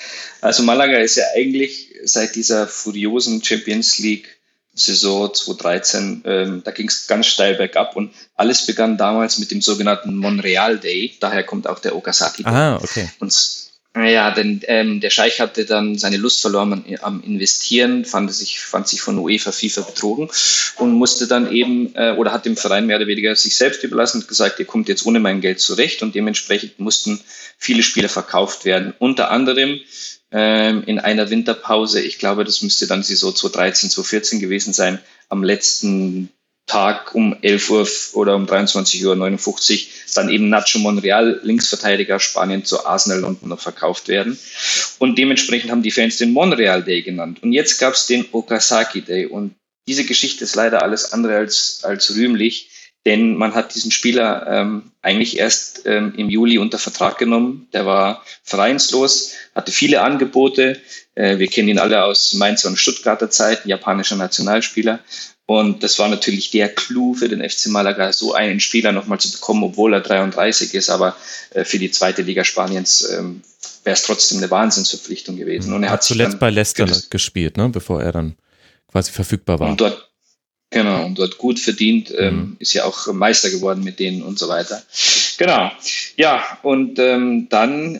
[SPEAKER 3] Also Malaga ist ja eigentlich seit dieser furiosen Champions League Saison zwanzig dreizehn, ähm, da ging es ganz steil bergab und alles begann damals mit dem sogenannten Monreal Day, daher kommt auch der Okazaki Day.
[SPEAKER 1] Ah, okay.
[SPEAKER 3] Und ja, denn ähm, der Scheich hatte dann seine Lust verloren am Investieren, fand sich, fand sich von UEFA, FIFA betrogen und musste dann eben, äh, oder hat dem Verein mehr oder weniger sich selbst überlassen und gesagt, ihr kommt jetzt ohne mein Geld zurecht, und dementsprechend mussten viele Spieler verkauft werden. Unter anderem ähm, in einer Winterpause, ich glaube, das müsste dann Saison zwanzig dreizehn, zwanzig vierzehn gewesen sein, am letzten Tag um elf Uhr oder um dreiundzwanzig Uhr neunundfünfzig dann eben Nacho Monreal, Linksverteidiger Spanien, zu Arsenal London noch verkauft werden. Und dementsprechend haben die Fans den Monreal Day genannt. Und jetzt gab es den Okazaki Day. Und diese Geschichte ist leider alles andere als, als rühmlich, denn man hat diesen Spieler ähm, eigentlich erst ähm, im Juli unter Vertrag genommen. Der war vereinslos, hatte viele Angebote. Äh, wir kennen ihn alle aus Mainzer und Stuttgarter Zeiten, japanischer Nationalspieler. Und das war natürlich der Clou für den F C Malaga, so einen Spieler nochmal zu bekommen, obwohl er dreiunddreißig ist. Aber äh, für die zweite Liga Spaniens ähm, wäre es trotzdem eine Wahnsinnsverpflichtung gewesen. Und er
[SPEAKER 1] hat,
[SPEAKER 3] hat
[SPEAKER 1] zuletzt bei Leicester gespielt, ne, bevor er dann quasi verfügbar war.
[SPEAKER 3] Und dort, genau, und dort gut verdient, ähm, mhm. ist ja auch Meister geworden mit denen und so weiter. Genau, ja, und ähm, dann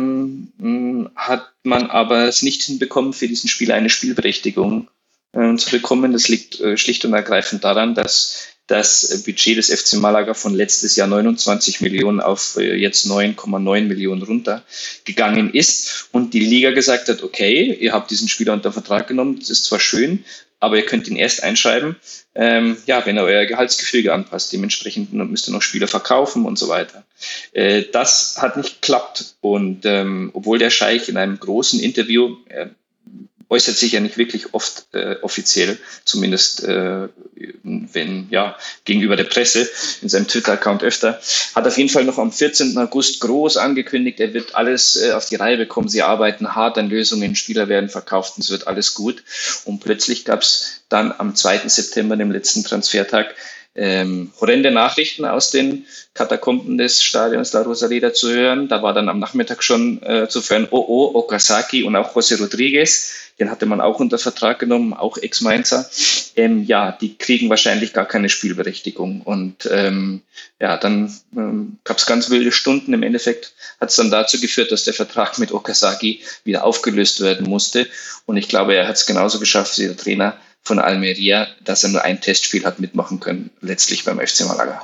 [SPEAKER 3] ähm, hat man aber es nicht hinbekommen, für diesen Spieler eine Spielberechtigung zu bekommen. Das liegt äh, schlicht und ergreifend daran, dass das Budget des F C Malaga von letztes Jahr neunundzwanzig Millionen auf äh, jetzt neun Komma neun Millionen runtergegangen ist und die Liga gesagt hat, okay, ihr habt diesen Spieler unter Vertrag genommen, das ist zwar schön, aber ihr könnt ihn erst einschreiben, ähm, ja, wenn er euer Gehaltsgefüge anpasst. Dementsprechend müsst ihr noch Spieler verkaufen und so weiter. Äh, das hat nicht geklappt und ähm, obwohl der Scheich in einem großen Interview, äh, äußert sich ja nicht wirklich oft äh, offiziell, zumindest äh, wenn ja gegenüber der Presse, in seinem Twitter-Account öfter, hat auf jeden Fall noch am vierzehnten August groß angekündigt, er wird alles äh, auf die Reihe bekommen, sie arbeiten hart an Lösungen, Spieler werden verkauft und es wird alles gut. Und plötzlich gab es dann am zweiten September, dem letzten Transfertag, Ähm, horrende Nachrichten aus den Katakomben des Stadions La Rosaleda zu hören. Da war dann am Nachmittag schon äh, zu hören, oh oh, Okazaki und auch José Rodríguez, den hatte man auch unter Vertrag genommen, auch Ex-Mainzer. Ähm, ja, die kriegen wahrscheinlich gar keine Spielberechtigung. Und ähm, ja, dann ähm, gab es ganz wilde Stunden. Im Endeffekt hat es dann dazu geführt, dass der Vertrag mit Okazaki wieder aufgelöst werden musste. Und ich glaube, er hat es genauso geschafft wie der Trainer von Almeria, dass er nur ein Testspiel hat mitmachen können, letztlich beim F C Malaga.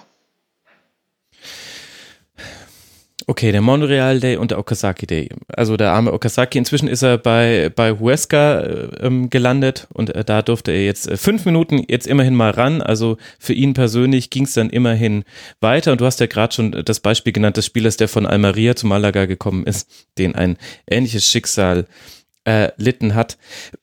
[SPEAKER 1] Okay, der Monreal Day und der Okazaki Day. Also der arme Okazaki, inzwischen ist er bei, bei Huesca ähm, gelandet und äh, da durfte er jetzt äh, fünf Minuten jetzt immerhin mal ran. Also für ihn persönlich ging es dann immerhin weiter. Und du hast ja gerade schon das Beispiel genannt des Spielers, der von Almeria zu Malaga gekommen ist, den ein ähnliches Schicksal erlitten hat.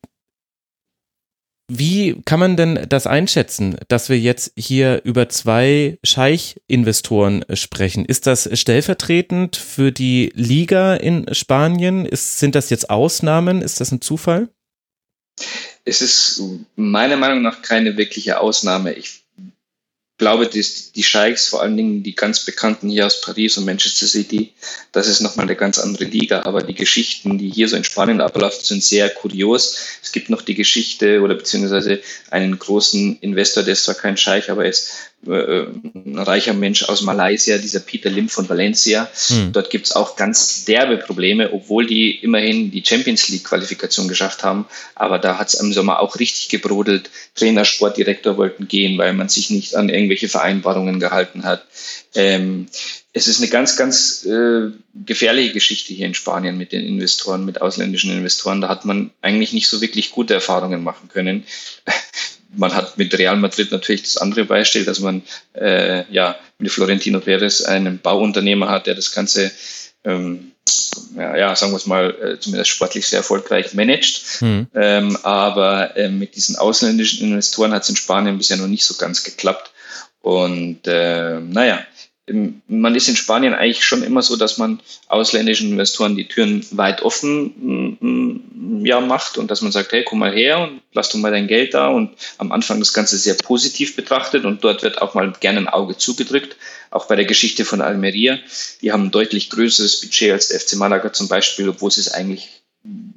[SPEAKER 1] Wie kann man denn das einschätzen, dass wir jetzt hier über zwei Scheich-Investoren sprechen? Ist das stellvertretend für die Liga in Spanien? Ist, sind das jetzt Ausnahmen? Ist das ein Zufall?
[SPEAKER 3] Es ist meiner Meinung nach keine wirkliche Ausnahme. Ich glaube, die, die Scheichs, vor allen Dingen die ganz bekannten hier aus Paris und Manchester City, das ist nochmal eine ganz andere Liga. Aber die Geschichten, die hier so in Spanien ablaufen, sind sehr kurios. Es gibt noch die Geschichte oder beziehungsweise einen großen Investor, der ist zwar kein Scheich, aber er ist äh, ein reicher Mensch aus Malaysia, dieser Peter Lim von Valencia. Hm. Dort gibt es auch ganz derbe Probleme, obwohl die immerhin die Champions League Qualifikation geschafft haben. Aber da hat es im Sommer auch richtig gebrodelt. Trainer, Sportdirektor wollten gehen, weil man sich nicht an irgendwelche Vereinbarungen gehalten hat. Ähm, es ist eine ganz, ganz äh, gefährliche Geschichte hier in Spanien mit den Investoren, mit ausländischen Investoren. Da hat man eigentlich nicht so wirklich gute Erfahrungen machen können. Man hat mit Real Madrid natürlich das andere Beispiel, dass man äh, ja mit Florentino Perez einen Bauunternehmer hat, der das Ganze ähm, ja, ja, sagen wir es mal, äh, zumindest sportlich sehr erfolgreich managt. Mhm. Ähm, aber äh, mit diesen ausländischen Investoren hat es in Spanien bisher noch nicht so ganz geklappt. Und äh, naja, man ist in Spanien eigentlich schon immer so, dass man ausländischen Investoren die Türen weit offen ja, macht und dass man sagt, hey, komm mal her und lass doch mal dein Geld da, und am Anfang das Ganze sehr positiv betrachtet und dort wird auch mal gerne ein Auge zugedrückt, auch bei der Geschichte von Almeria. Die haben ein deutlich größeres Budget als der F C Malaga zum Beispiel, obwohl sie es eigentlich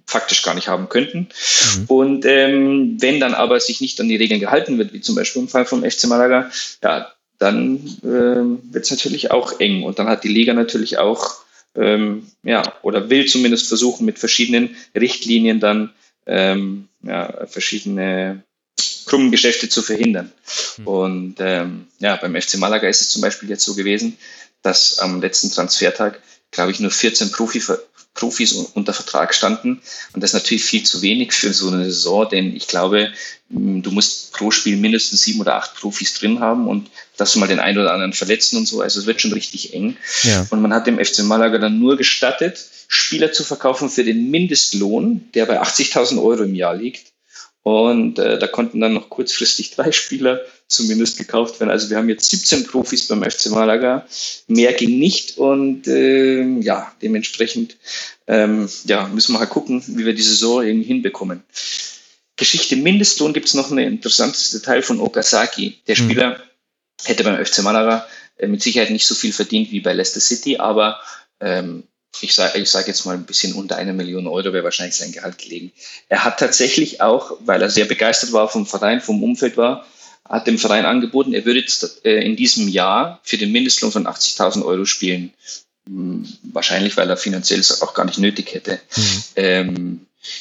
[SPEAKER 3] faktisch gar nicht haben könnten.
[SPEAKER 1] Mhm.
[SPEAKER 3] Und ähm, wenn dann aber sich nicht an die Regeln gehalten wird, wie zum Beispiel im Fall vom F C Malaga, ja, dann ähm, wird es natürlich auch eng. Und dann hat die Liga natürlich auch, ähm, ja, oder will zumindest versuchen, mit verschiedenen Richtlinien dann ähm, ja, verschiedene krummen Geschäfte zu verhindern. Mhm. Und ähm, ja, beim F C Malaga ist es zum Beispiel jetzt so gewesen, dass am letzten Transfertag, glaube ich, nur vierzehn Profi, Profis unter Vertrag standen. Und das ist natürlich viel zu wenig für so eine Saison, denn ich glaube, du musst pro Spiel mindestens sieben oder acht Profis drin haben und dass du mal den einen oder anderen verletzen und so. Also es wird schon richtig eng.
[SPEAKER 1] Ja.
[SPEAKER 3] Und man hat dem F C Malaga dann nur gestattet, Spieler zu verkaufen für den Mindestlohn, der bei achtzigtausend Euro im Jahr liegt. Und äh, da konnten dann noch kurzfristig drei Spieler zumindest gekauft werden. Also wir haben jetzt siebzehn Profis beim F C Malaga. Mehr ging nicht. Und äh, ja, dementsprechend ähm, ja, müssen wir halt gucken, wie wir die Saison irgendwie hinbekommen. Geschichte Mindestlohn gibt es noch ein interessantes Detail von Okazaki. Der Spieler mhm. hätte beim F C Malaga äh, mit Sicherheit nicht so viel verdient wie bei Leicester City, aber ähm, ich sage ich sag jetzt mal ein bisschen unter einer Million Euro wäre wahrscheinlich sein Gehalt gelegen. Er hat tatsächlich auch, weil er sehr begeistert war vom Verein, vom Umfeld war, hat dem Verein angeboten, er würde jetzt äh, in diesem Jahr für den Mindestlohn von achtzigtausend Euro spielen. Hm, wahrscheinlich, weil er finanziell es auch gar nicht nötig hätte. Mhm. Ähm,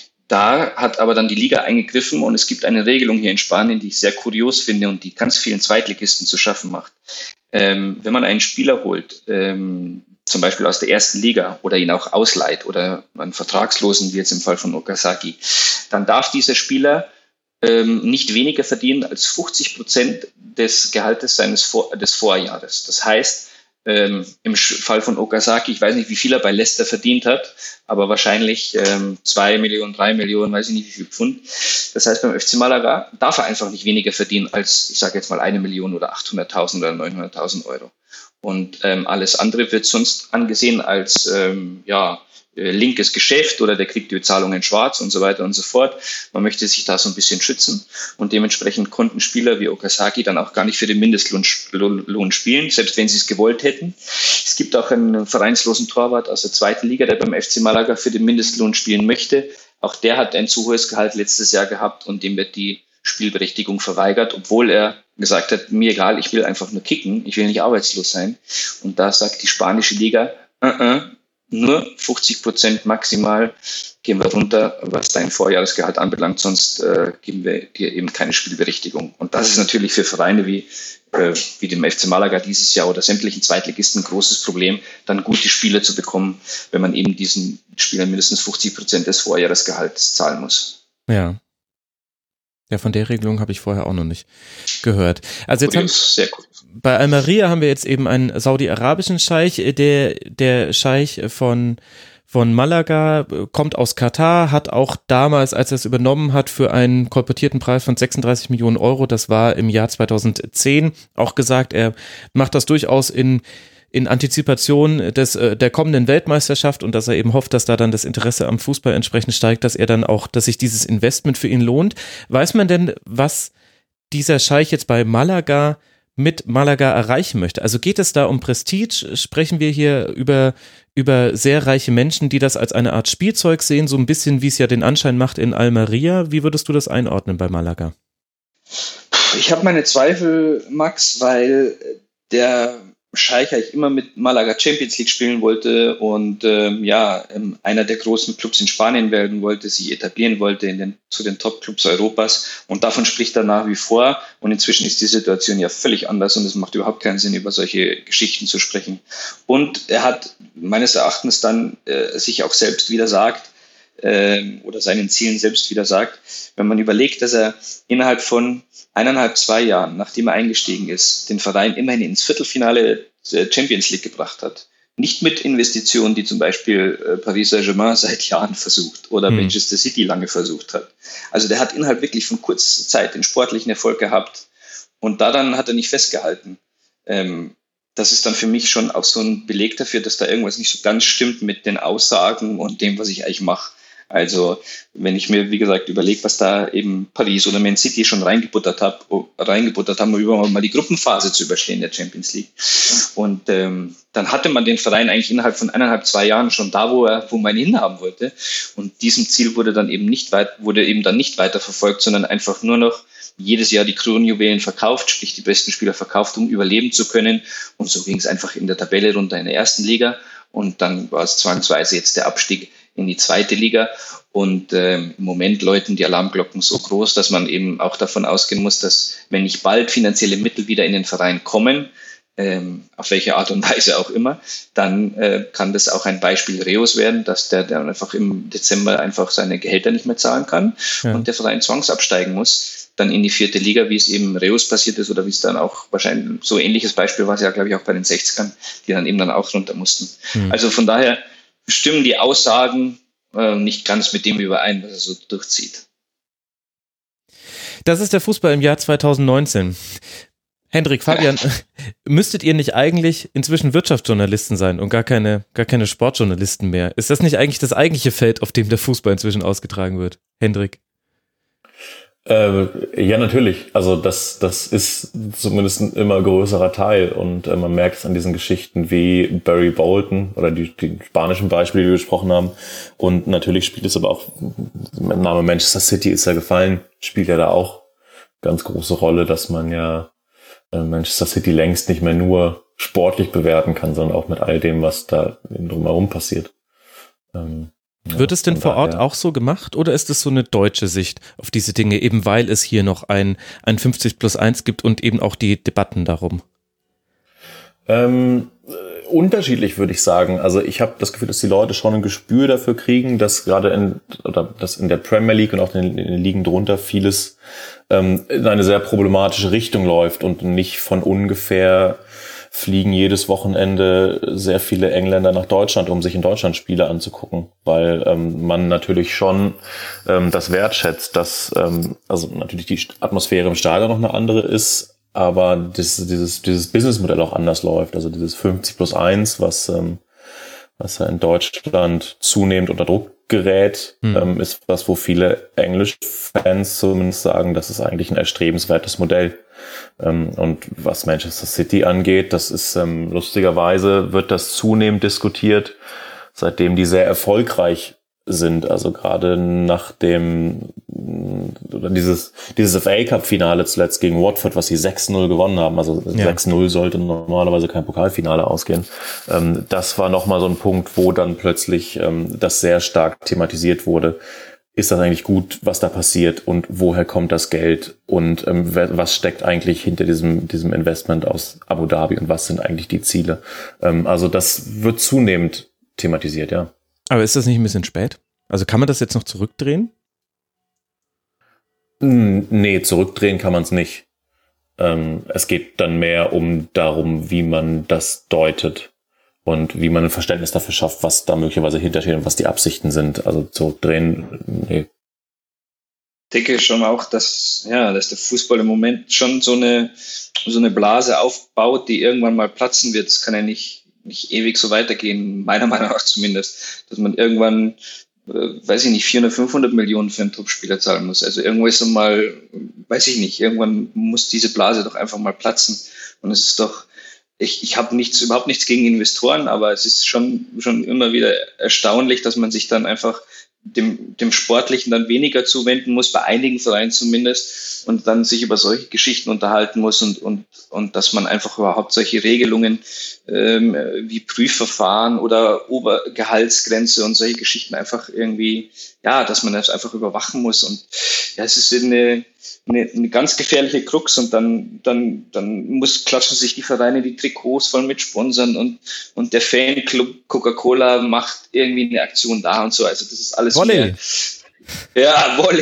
[SPEAKER 3] da hat aber dann die Liga eingegriffen und es gibt eine Regelung hier in Spanien, die ich sehr kurios finde und die ganz vielen Zweitligisten zu schaffen macht. Ähm, wenn man einen Spieler holt, ähm, zum Beispiel aus der ersten Liga oder ihn auch ausleiht oder einen Vertragslosen, wie jetzt im Fall von Okazaki, dann darf dieser Spieler ähm, nicht weniger verdienen als fünfzig Prozent des Gehaltes seines Vor- des Vorjahres. Das heißt, ähm, im Fall von Okazaki, ich weiß nicht, wie viel er bei Leicester verdient hat, aber wahrscheinlich ähm, zwei Millionen, drei Millionen, weiß ich nicht, wie viel Pfund. Das heißt, beim F C Malaga darf er einfach nicht weniger verdienen als, ich sage jetzt mal, eine Million oder achthunderttausend oder neunhunderttausend Euro. Und ähm, alles andere wird sonst angesehen als ähm, ja, äh, linkes Geschäft oder der kriegt die Bezahlung in schwarz und so weiter und so fort. Man möchte sich da so ein bisschen schützen und dementsprechend konnten Spieler wie Okazaki dann auch gar nicht für den Mindestlohn Lohn spielen, selbst wenn sie es gewollt hätten. Es gibt auch einen vereinslosen Torwart aus der zweiten Liga, der beim F C Malaga für den Mindestlohn spielen möchte. Auch der hat ein zu hohes Gehalt letztes Jahr gehabt und dem wird die Spielberechtigung verweigert, obwohl er gesagt hat, mir egal, ich will einfach nur kicken, ich will nicht arbeitslos sein. Und da sagt die spanische Liga, uh -uh, nur fünfzig Prozent maximal gehen wir runter, was dein Vorjahresgehalt anbelangt, sonst äh, geben wir dir eben keine Spielberechtigung. Und das ist natürlich für Vereine wie, äh, wie dem F C Malaga dieses Jahr oder sämtlichen Zweitligisten ein großes Problem, dann gute Spieler zu bekommen, wenn man eben diesen Spielern mindestens fünfzig Prozent des Vorjahresgehalts zahlen muss.
[SPEAKER 1] Ja. Ja, von der Regelung habe ich vorher auch noch nicht gehört. Also jetzt haben,
[SPEAKER 3] sehr cool.
[SPEAKER 1] Bei Almeria haben wir jetzt eben einen saudi-arabischen Scheich, der, der Scheich von, von Malaga kommt aus Katar, hat auch damals, als er es übernommen hat, für einen kolportierten Preis von sechsunddreißig Millionen Euro, das war im Jahr zweitausendzehn, auch gesagt, er macht das durchaus in in Antizipation des, der kommenden Weltmeisterschaft und dass er eben hofft, dass da dann das Interesse am Fußball entsprechend steigt, dass er dann auch, dass sich dieses Investment für ihn lohnt. Weiß man denn, was dieser Scheich jetzt bei Malaga mit Malaga erreichen möchte? Also geht es da um Prestige? Sprechen wir hier über, über sehr reiche Menschen, die das als eine Art Spielzeug sehen, so ein bisschen wie es ja den Anschein macht in Almeria? Wie würdest du das einordnen bei Malaga?
[SPEAKER 3] Ich habe meine Zweifel, Max, weil der Scheich eigentlich immer mit Malaga Champions League spielen wollte und ähm, ja, ähm, einer der großen Clubs in Spanien werden wollte, sich etablieren wollte in den, zu den Top-Clubs Europas und davon spricht er nach wie vor und inzwischen ist die Situation ja völlig anders und es macht überhaupt keinen Sinn, über solche Geschichten zu sprechen. Und er hat meines Erachtens dann äh, sich auch selbst wieder sagt, äh, oder seinen Zielen selbst wieder sagt, wenn man überlegt, dass er innerhalb von eineinhalb, zwei Jahren, nachdem er eingestiegen ist, den Verein immerhin ins Viertelfinale der Champions League gebracht hat. Nicht mit Investitionen, die zum Beispiel Paris Saint-Germain seit Jahren versucht oder mhm. Manchester City lange versucht hat. Also der hat innerhalb wirklich von kurzer Zeit den sportlichen Erfolg gehabt und daran hat er nicht festgehalten. Ähm, das ist dann für mich schon auch so ein Beleg dafür, dass da irgendwas nicht so ganz stimmt mit den Aussagen und dem, was ich eigentlich mache. Also wenn ich mir, wie gesagt, überlege, was da eben Paris oder Man City schon reingebuttert, hab, reingebuttert haben, um überhaupt mal die Gruppenphase zu überstehen der Champions League. Und ähm, dann hatte man den Verein eigentlich innerhalb von eineinhalb, zwei Jahren schon da, wo er, wo man ihn hinhaben wollte. Und diesem Ziel wurde dann eben nicht weit, wurde eben dann nicht weiter verfolgt, sondern einfach nur noch jedes Jahr die Kronjuwelen verkauft, sprich die besten Spieler verkauft, um überleben zu können. Und so ging es einfach in der Tabelle runter in der ersten Liga. Und dann war es zwangsweise jetzt der Abstieg in die zweite Liga. Und ähm, im Moment läuten die Alarmglocken so groß, dass man eben auch davon ausgehen muss, dass wenn nicht bald finanzielle Mittel wieder in den Verein kommen, ähm, auf welche Art und Weise auch immer, dann äh, kann das auch ein Beispiel Reus werden, dass der dann einfach im Dezember einfach seine Gehälter nicht mehr zahlen kann ja. und der Verein zwangsabsteigen muss, dann in die vierte Liga, wie es eben Reus passiert ist oder wie es dann auch wahrscheinlich so ähnliches Beispiel war es ja, glaube ich, auch bei den sechzigern, die dann eben dann auch runter mussten. Mhm. Also von daher stimmen die Aussagen äh, nicht ganz mit dem überein, was er so durchzieht.
[SPEAKER 1] Das ist der Fußball im Jahr zwanzig neunzehn. Hendrik, Fabian, müsstet ihr nicht eigentlich inzwischen Wirtschaftsjournalisten sein und gar keine, gar keine Sportjournalisten mehr? Ist das nicht eigentlich das eigentliche Feld, auf dem der Fußball inzwischen ausgetragen wird? Hendrik?
[SPEAKER 2] Äh, ja, natürlich. Also das, das ist zumindest ein immer größerer Teil und äh, man merkt es an diesen Geschichten wie Barry Bolton oder die, die spanischen Beispiele, die wir gesprochen haben. Und natürlich spielt es aber auch, der Name Manchester City ist ja gefallen, spielt ja da auch ganz große Rolle, dass man ja äh, Manchester City längst nicht mehr nur sportlich bewerten kann, sondern auch mit all dem, was da drumherum passiert. Ähm,
[SPEAKER 1] Ja, wird es denn vor Ort auch so gemacht oder ist es so eine deutsche Sicht auf diese Dinge, eben weil es hier noch ein, ein fünfzig plus eins gibt und eben auch die Debatten darum?
[SPEAKER 2] Ähm, äh, unterschiedlich würde ich sagen. Also ich habe das Gefühl, dass die Leute schon ein Gespür dafür kriegen, dass gerade in, oder dass in der Premier League und auch in den, in den Ligen drunter vieles ähm, in eine sehr problematische Richtung läuft und nicht von ungefähr fliegen jedes Wochenende sehr viele Engländer nach Deutschland, um sich in Deutschland Spiele anzugucken, weil ähm, man natürlich schon ähm, das wertschätzt, dass ähm, also natürlich die Atmosphäre im Stadion noch eine andere ist, aber das, dieses dieses Businessmodell auch anders läuft, also dieses fünfzig plus eins, was ähm, was ja in Deutschland zunehmend unter Druck gerät, hm. ähm, ist was, wo viele Englisch-Fans zumindest sagen, das ist eigentlich ein erstrebenswertes Modell. Ähm, und was Manchester City angeht, das ist ähm, lustigerweise wird das zunehmend diskutiert, seitdem die sehr erfolgreich sind. Also gerade nach dem oder dieses dieses F A Cup Finale zuletzt gegen Watford, was sie sechs null gewonnen haben. Also ja. sechs null sollte normalerweise kein Pokalfinale ausgehen. Ähm, das war nochmal so ein Punkt, wo dann plötzlich ähm, das sehr stark thematisiert wurde. Ist das eigentlich gut, was da passiert und woher kommt das Geld und ähm, was steckt eigentlich hinter diesem diesem Investment aus Abu Dhabi und was sind eigentlich die Ziele? Ähm, also das wird zunehmend thematisiert, ja.
[SPEAKER 1] Aber ist das nicht ein bisschen spät? Also kann man das jetzt noch zurückdrehen?
[SPEAKER 2] Nee, zurückdrehen kann man es nicht. Ähm, es geht dann mehr um darum, wie man das deutet und wie man ein Verständnis dafür schafft, was da möglicherweise hintersteht und was die Absichten sind. Also zurückdrehen, nee.
[SPEAKER 3] Ich denke schon auch, dass, ja, dass der Fußball im Moment schon so eine, so eine Blase aufbaut, die irgendwann mal platzen wird. Das kann ja nicht nicht ewig so weitergehen, meiner Meinung nach zumindest, dass man irgendwann, äh, weiß ich nicht, vierhundert, fünfhundert Millionen für einen Top-Spieler zahlen muss. Also irgendwo ist dann mal, weiß ich nicht, irgendwann muss diese Blase doch einfach mal platzen. Und es ist doch, ich, ich habe nichts, überhaupt nichts gegen Investoren, aber es ist schon, schon immer wieder erstaunlich, dass man sich dann einfach dem, dem Sportlichen dann weniger zuwenden muss, bei einigen Vereinen zumindest, und dann sich über solche Geschichten unterhalten muss und, und, und dass man einfach überhaupt solche Regelungen ähm, wie Prüfverfahren oder Obergehaltsgrenze und solche Geschichten einfach irgendwie, ja, dass man das einfach überwachen muss. Und ja, es ist eine, eine, eine ganz gefährliche Krux und dann, dann, dann muss, klatschen sich die Vereine die Trikots voll mit Sponsern und, und der Fanclub Coca-Cola macht irgendwie eine Aktion da und so. Also das ist alles
[SPEAKER 1] Volley.
[SPEAKER 3] Wieder, ja, Volley.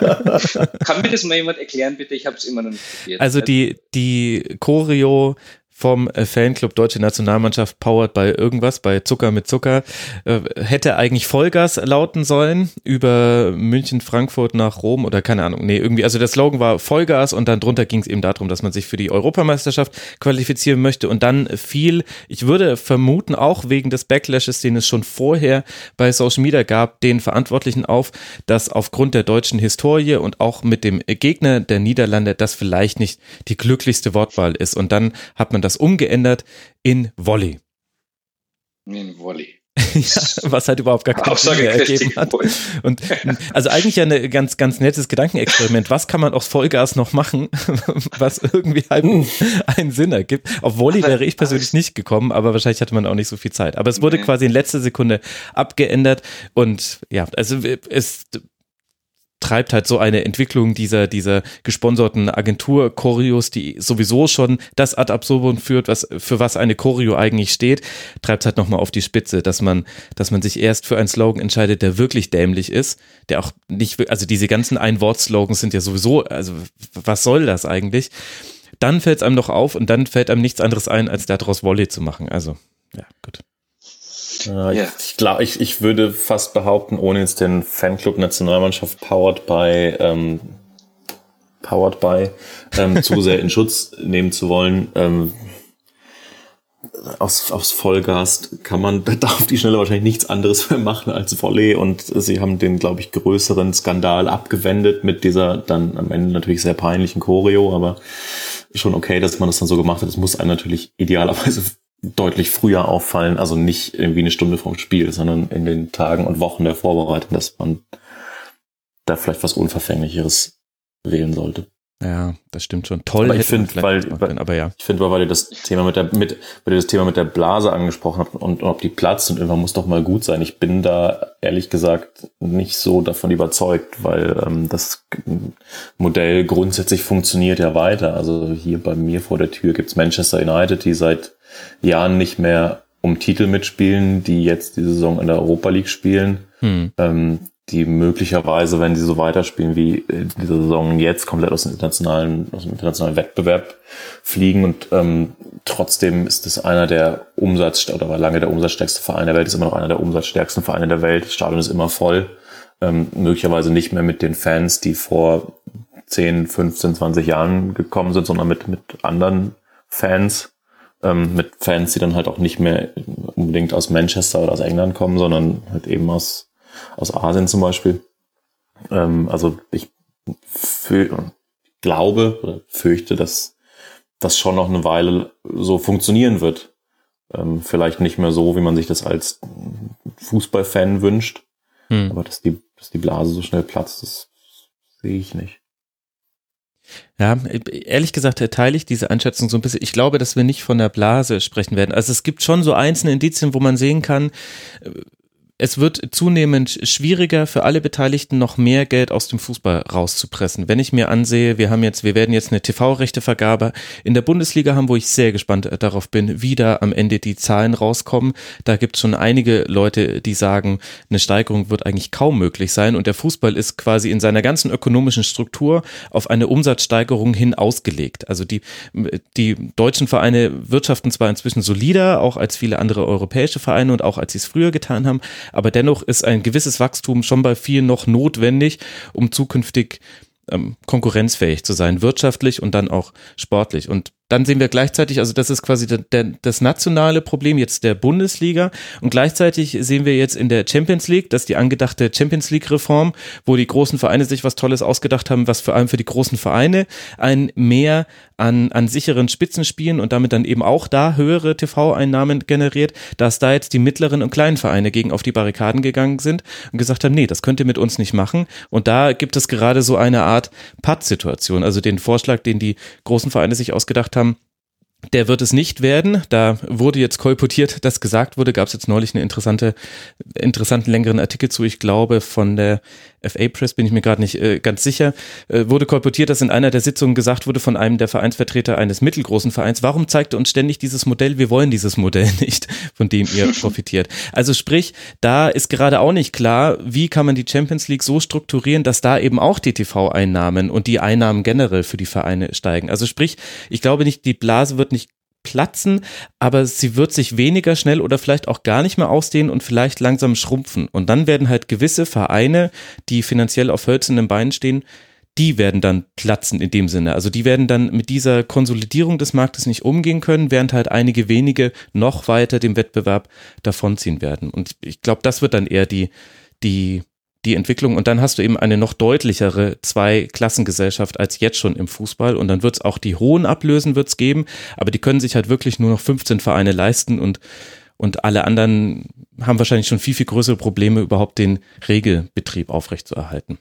[SPEAKER 3] Kann mir das mal jemand erklären, bitte? Ich habe es immer noch nicht probiert.
[SPEAKER 1] Also die, die Choreo vom Fanclub Deutsche Nationalmannschaft powered by irgendwas, bei Zucker mit Zucker, äh, hätte eigentlich Vollgas lauten sollen über München, Frankfurt nach Rom oder keine Ahnung, nee, irgendwie, also der Slogan war Vollgas und dann drunter ging es eben darum, dass man sich für die Europameisterschaft qualifizieren möchte und dann fiel, ich würde vermuten, auch wegen des Backlashes, den es schon vorher bei Social Media gab, den Verantwortlichen auf, dass aufgrund der deutschen Historie und auch mit dem Gegner der Niederlande das vielleicht nicht die glücklichste Wortwahl ist und dann hat man das umgeändert in Volley.
[SPEAKER 3] In Volley.
[SPEAKER 1] Ja, was halt überhaupt gar keinen Sinn mehr ergeben hat. Und also eigentlich ja ein ganz, ganz nettes Gedankenexperiment. Was kann man aus Vollgas noch machen, was irgendwie halt einen Sinn ergibt? Auf Volley wäre ich persönlich nicht gekommen, aber wahrscheinlich hatte man auch nicht so viel Zeit. Aber es wurde quasi in letzter Sekunde abgeändert und ja, also es treibt halt so eine Entwicklung dieser, dieser gesponserten Agentur-Choreos, die sowieso schon das ad absurdum führt, was, für was eine Choreo eigentlich steht, treibt halt nochmal auf die Spitze, dass man, dass man sich erst für einen Slogan entscheidet, der wirklich dämlich ist, der auch nicht, also diese ganzen Ein-Wort-Slogans sind ja sowieso, also was soll das eigentlich? Dann fällt es einem noch auf und dann fällt einem nichts anderes ein, als daraus Volley zu machen, also, ja, gut.
[SPEAKER 2] Ja, ich, ich glaube, ich, ich würde fast behaupten, ohne jetzt den Fanclub Nationalmannschaft powered by ähm, powered by ähm, zu sehr in Schutz nehmen zu wollen, ähm, aus, aus Vollgas kann man da auf die Schnelle wahrscheinlich nichts anderes mehr machen als Volley und sie haben den, glaube ich, größeren Skandal abgewendet mit dieser dann am Ende natürlich sehr peinlichen Choreo, aber schon okay, dass man das dann so gemacht hat. Das muss einem natürlich idealerweise deutlich früher auffallen, also nicht irgendwie eine Stunde vorm Spiel, sondern in den Tagen und Wochen der Vorbereitung, dass man da vielleicht was Unverfänglicheres wählen sollte.
[SPEAKER 1] Ja, das stimmt schon. Toll.
[SPEAKER 2] Aber ich finde, weil,
[SPEAKER 1] können, aber ja.
[SPEAKER 2] ich finde, weil ihr das Thema mit der, mit, weil ihr das Thema mit der Blase angesprochen habt und, und ob die platzt und irgendwann muss doch mal gut sein. Ich bin da ehrlich gesagt nicht so davon überzeugt, weil ähm, das Modell grundsätzlich funktioniert ja weiter. Also hier bei mir vor der Tür gibt's Manchester United, die seit Jahren nicht mehr um Titel mitspielen, die jetzt die Saison in der Europa League spielen, hm. ähm, die möglicherweise, wenn sie so weiterspielen wie in dieser Saison jetzt, komplett aus dem internationalen, aus dem internationalen Wettbewerb fliegen und ähm, trotzdem ist es einer der Umsatz oder war lange der umsatzstärkste Verein der Welt, ist immer noch einer der umsatzstärksten Vereine der Welt. Das Stadion ist immer voll, ähm, möglicherweise nicht mehr mit den Fans, die vor zehn, fünfzehn, zwanzig Jahren gekommen sind, sondern mit mit anderen Fans. Mit Fans, die dann halt auch nicht mehr unbedingt aus Manchester oder aus England kommen, sondern halt eben aus, aus Asien zum Beispiel. Ähm, also ich für, glaube oder fürchte, dass das schon noch eine Weile so funktionieren wird. Ähm, vielleicht nicht mehr so, wie man sich das als Fußballfan wünscht, hm. aber dass die, dass die Blase so schnell platzt, das sehe ich nicht.
[SPEAKER 1] Ja, ehrlich gesagt teile ich diese Einschätzung so ein bisschen. Ich glaube, dass wir nicht von der Blase sprechen werden. Also es gibt schon so einzelne Indizien, wo man sehen kann, es wird zunehmend schwieriger für alle Beteiligten, noch mehr Geld aus dem Fußball rauszupressen. Wenn ich mir ansehe, wir haben jetzt, wir werden jetzt eine T V-Rechtevergabe in der Bundesliga haben, wo ich sehr gespannt darauf bin, wie da am Ende die Zahlen rauskommen. Da gibt es schon einige Leute, die sagen, eine Steigerung wird eigentlich kaum möglich sein und der Fußball ist quasi in seiner ganzen ökonomischen Struktur auf eine Umsatzsteigerung hin ausgelegt. Also die, die deutschen Vereine wirtschaften zwar inzwischen solider, auch als viele andere europäische Vereine und auch als sie es früher getan haben, aber dennoch ist ein gewisses Wachstum schon bei vielen noch notwendig, um zukünftig ähm, konkurrenzfähig zu sein, wirtschaftlich und dann auch sportlich. Und dann sehen wir gleichzeitig, also das ist quasi der, der, das nationale Problem jetzt der Bundesliga und gleichzeitig sehen wir jetzt in der Champions League, dass die angedachte Champions League Reform, wo die großen Vereine sich was Tolles ausgedacht haben, was vor allem für die großen Vereine ein Mehr an, an sicheren Spitzenspielen und damit dann eben auch da höhere T V-Einnahmen generiert, dass da jetzt die mittleren und kleinen Vereine gegen auf die Barrikaden gegangen sind und gesagt haben, nee, das könnt ihr mit uns nicht machen und da gibt es gerade so eine Art Patt-Situation, also den Vorschlag, den die großen Vereine sich ausgedacht haben, der wird es nicht werden. Da wurde jetzt kolportiert, dass gesagt wurde, gab es jetzt neulich einen interessante, interessanten längeren Artikel zu, ich glaube von der F A Press, bin ich mir gerade nicht äh, ganz sicher, äh, wurde kolportiert, dass in einer der Sitzungen gesagt wurde von einem der Vereinsvertreter eines mittelgroßen Vereins, warum zeigt ihr uns ständig dieses Modell? Wir wollen dieses Modell nicht, von dem ihr profitiert. Also sprich, da ist gerade auch nicht klar, wie kann man die Champions League so strukturieren, dass da eben auch die T V-Einnahmen und die Einnahmen generell für die Vereine steigen. Also sprich, ich glaube nicht, die Blase wird nicht platzen, aber sie wird sich weniger schnell oder vielleicht auch gar nicht mehr ausdehnen und vielleicht langsam schrumpfen. Und dann werden halt gewisse Vereine, die finanziell auf hölzernen Beinen stehen, die werden dann platzen in dem Sinne. Also die werden dann mit dieser Konsolidierung des Marktes nicht umgehen können, während halt einige wenige noch weiter dem Wettbewerb davonziehen werden. Und ich glaube, das wird dann eher die, die, die Entwicklung. Und dann hast du eben eine noch deutlichere Zwei-Klassengesellschaft als jetzt schon im Fußball. Und dann wird es auch die hohen Ablösen wird's geben, aber die können sich halt wirklich nur noch fünfzehn Vereine leisten und und alle anderen haben wahrscheinlich schon viel, viel größere Probleme, überhaupt den Regelbetrieb aufrechtzuerhalten.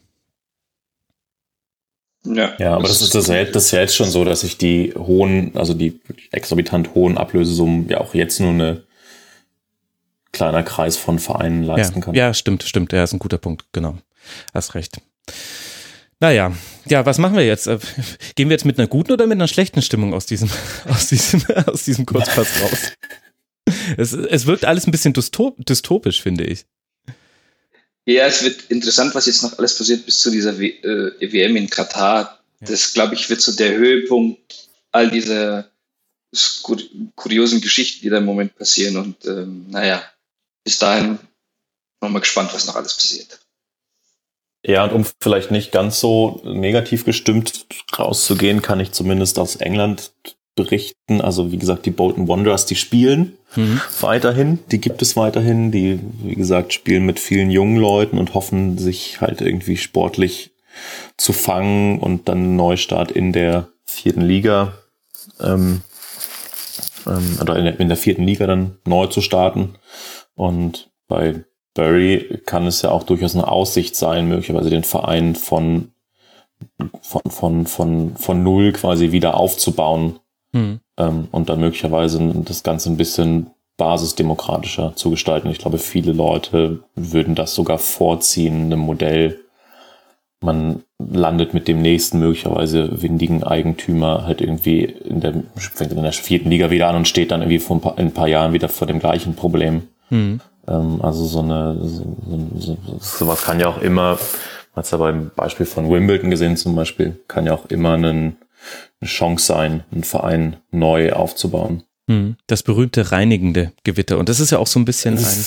[SPEAKER 2] Ja, ja, aber das ist, das, ist, das ist ja jetzt schon so, dass sich die hohen, also die exorbitant hohen Ablösesummen ja auch jetzt nur ein kleiner Kreis von Vereinen leisten
[SPEAKER 1] ja,
[SPEAKER 2] kann.
[SPEAKER 1] Ja, stimmt, stimmt. Ja, ist ein guter Punkt, genau. Hast recht. Naja, ja, was machen wir jetzt? Gehen wir jetzt mit einer guten oder mit einer schlechten Stimmung aus diesem, aus diesem, aus diesem Kurzpass raus? Es, es wirkt alles ein bisschen dystopisch, finde ich.
[SPEAKER 3] Ja, es wird interessant, was jetzt noch alles passiert bis zu dieser w- äh, W M in Katar. Das, glaube ich, wird so der Höhepunkt all dieser skur- kuriosen Geschichten, die da im Moment passieren. Und ähm, naja, bis dahin nochmal gespannt, was noch alles passiert.
[SPEAKER 2] Ja, und um vielleicht nicht ganz so negativ gestimmt rauszugehen, kann ich zumindest aus England berichten. Also wie gesagt, die Bolton Wanderers, die spielen mhm. weiterhin, die gibt es weiterhin, die, wie gesagt, spielen mit vielen jungen Leuten und hoffen, sich halt irgendwie sportlich zu fangen und dann einen Neustart in der vierten Liga ähm, ähm, oder in der, in der vierten Liga dann neu zu starten. Und bei Bury kann es ja auch durchaus eine Aussicht sein, möglicherweise den Verein von von von von von null quasi wieder aufzubauen. Mhm. Ähm, und dann möglicherweise das Ganze ein bisschen basisdemokratischer zu gestalten. Ich glaube, viele Leute würden das sogar vorziehen, einem Modell. Man landet mit dem nächsten möglicherweise windigen Eigentümer halt irgendwie in der, fängt in der vierten Liga wieder an und steht dann irgendwie vor ein paar, in ein paar Jahren wieder vor dem gleichen Problem. Mhm. Ähm, also so eine, so, so, so, sowas kann ja auch immer, man hat es ja beim Beispiel von Wimbledon gesehen zum Beispiel, kann ja auch immer einen eine Chance sein, einen Verein neu aufzubauen.
[SPEAKER 1] Das berühmte reinigende Gewitter. Und das ist ja auch so ein bisschen ein...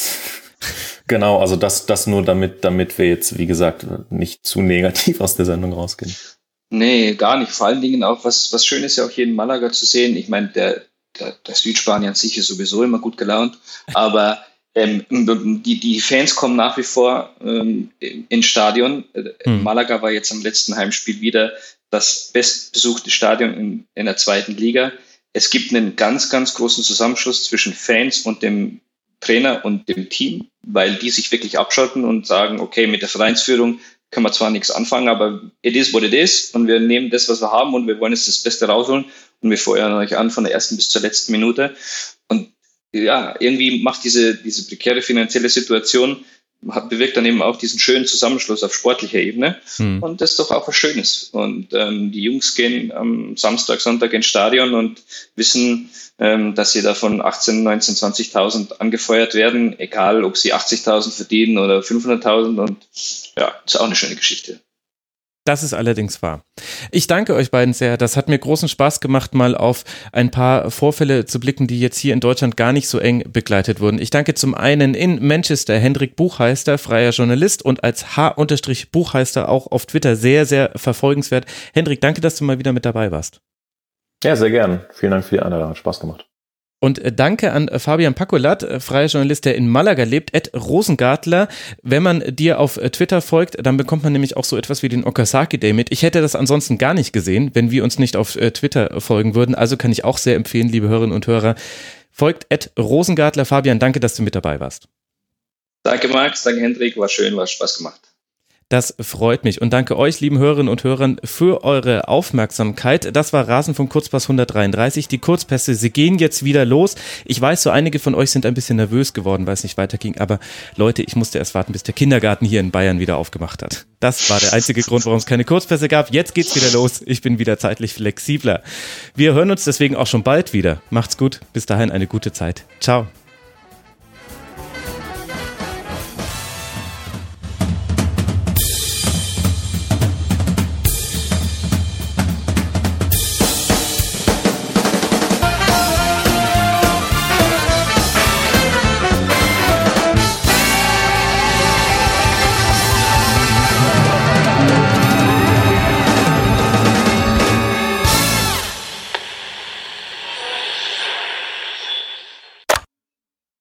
[SPEAKER 2] Genau, also das, das nur damit, damit wir jetzt, wie gesagt, nicht zu negativ aus der Sendung rausgehen.
[SPEAKER 3] Nee, gar nicht. Vor allen Dingen auch, was, was schön ist ja auch hier in Malaga zu sehen. Ich meine, der, der, der Südspanier an sich ist sowieso immer gut gelaunt, aber ähm, die, die Fans kommen nach wie vor ähm, ins Stadion. Hm. Malaga war jetzt am letzten Heimspiel wieder das bestbesuchte Stadion in, in der zweiten Liga. Es gibt einen ganz, ganz großen Zusammenschluss zwischen Fans und dem Trainer und dem Team, weil die sich wirklich abschotten und sagen, okay, mit der Vereinsführung können wir zwar nichts anfangen, aber it is what it is und wir nehmen das, was wir haben und wir wollen jetzt das Beste rausholen und wir feuern euch an von der ersten bis zur letzten Minute. Und ja, irgendwie macht diese, diese prekäre finanzielle Situation hat, bewirkt dann eben auch diesen schönen Zusammenschluss auf sportlicher Ebene. Hm. Und das ist doch auch was Schönes. Und ähm, die Jungs gehen am Samstag, Sonntag ins Stadion und wissen, ähm, dass sie da von achtzehn, neunzehn, zwanzigtausend angefeuert werden, egal ob sie achtzigtausend verdienen oder fünfhunderttausend. Und ja, ist auch eine schöne Geschichte.
[SPEAKER 1] Das ist allerdings wahr. Ich danke euch beiden sehr. Das hat mir großen Spaß gemacht, mal auf ein paar Vorfälle zu blicken, die jetzt hier in Deutschland gar nicht so eng begleitet wurden. Ich danke zum einen in Manchester Hendrik Buchheister, freier Journalist und als H-Buchheister auch auf Twitter sehr, sehr verfolgenswert. Hendrik, danke, dass du mal wieder mit dabei warst.
[SPEAKER 2] Ja, sehr gern. Vielen Dank für die Einladung. Hat Spaß gemacht.
[SPEAKER 1] Und danke an Fabian Pacolat, freier Journalist, der in Malaga lebt, Ed Rosengartler. Wenn man dir auf Twitter folgt, dann bekommt man nämlich auch so etwas wie den Okazaki Day mit. Ich hätte das ansonsten gar nicht gesehen, wenn wir uns nicht auf Twitter folgen würden. Also kann ich auch sehr empfehlen, liebe Hörerinnen und Hörer. Folgt Ed Rosengartler. Fabian, danke, dass du mit dabei warst.
[SPEAKER 3] Danke, Max. Danke, Hendrik. War schön, war Spaß gemacht.
[SPEAKER 1] Das freut mich und danke euch, lieben Hörerinnen und Hörern, für eure Aufmerksamkeit. Das war Rasenfunk Kurzpass hundertdreiunddreißig. Die Kurzpässe, sie gehen jetzt wieder los. Ich weiß, so einige von euch sind ein bisschen nervös geworden, weil es nicht weiterging. Aber Leute, ich musste erst warten, bis der Kindergarten hier in Bayern wieder aufgemacht hat. Das war der einzige Grund, warum es keine Kurzpässe gab. Jetzt geht's wieder los. Ich bin wieder zeitlich flexibler. Wir hören uns deswegen auch schon bald wieder. Macht's gut. Bis dahin eine gute Zeit. Ciao.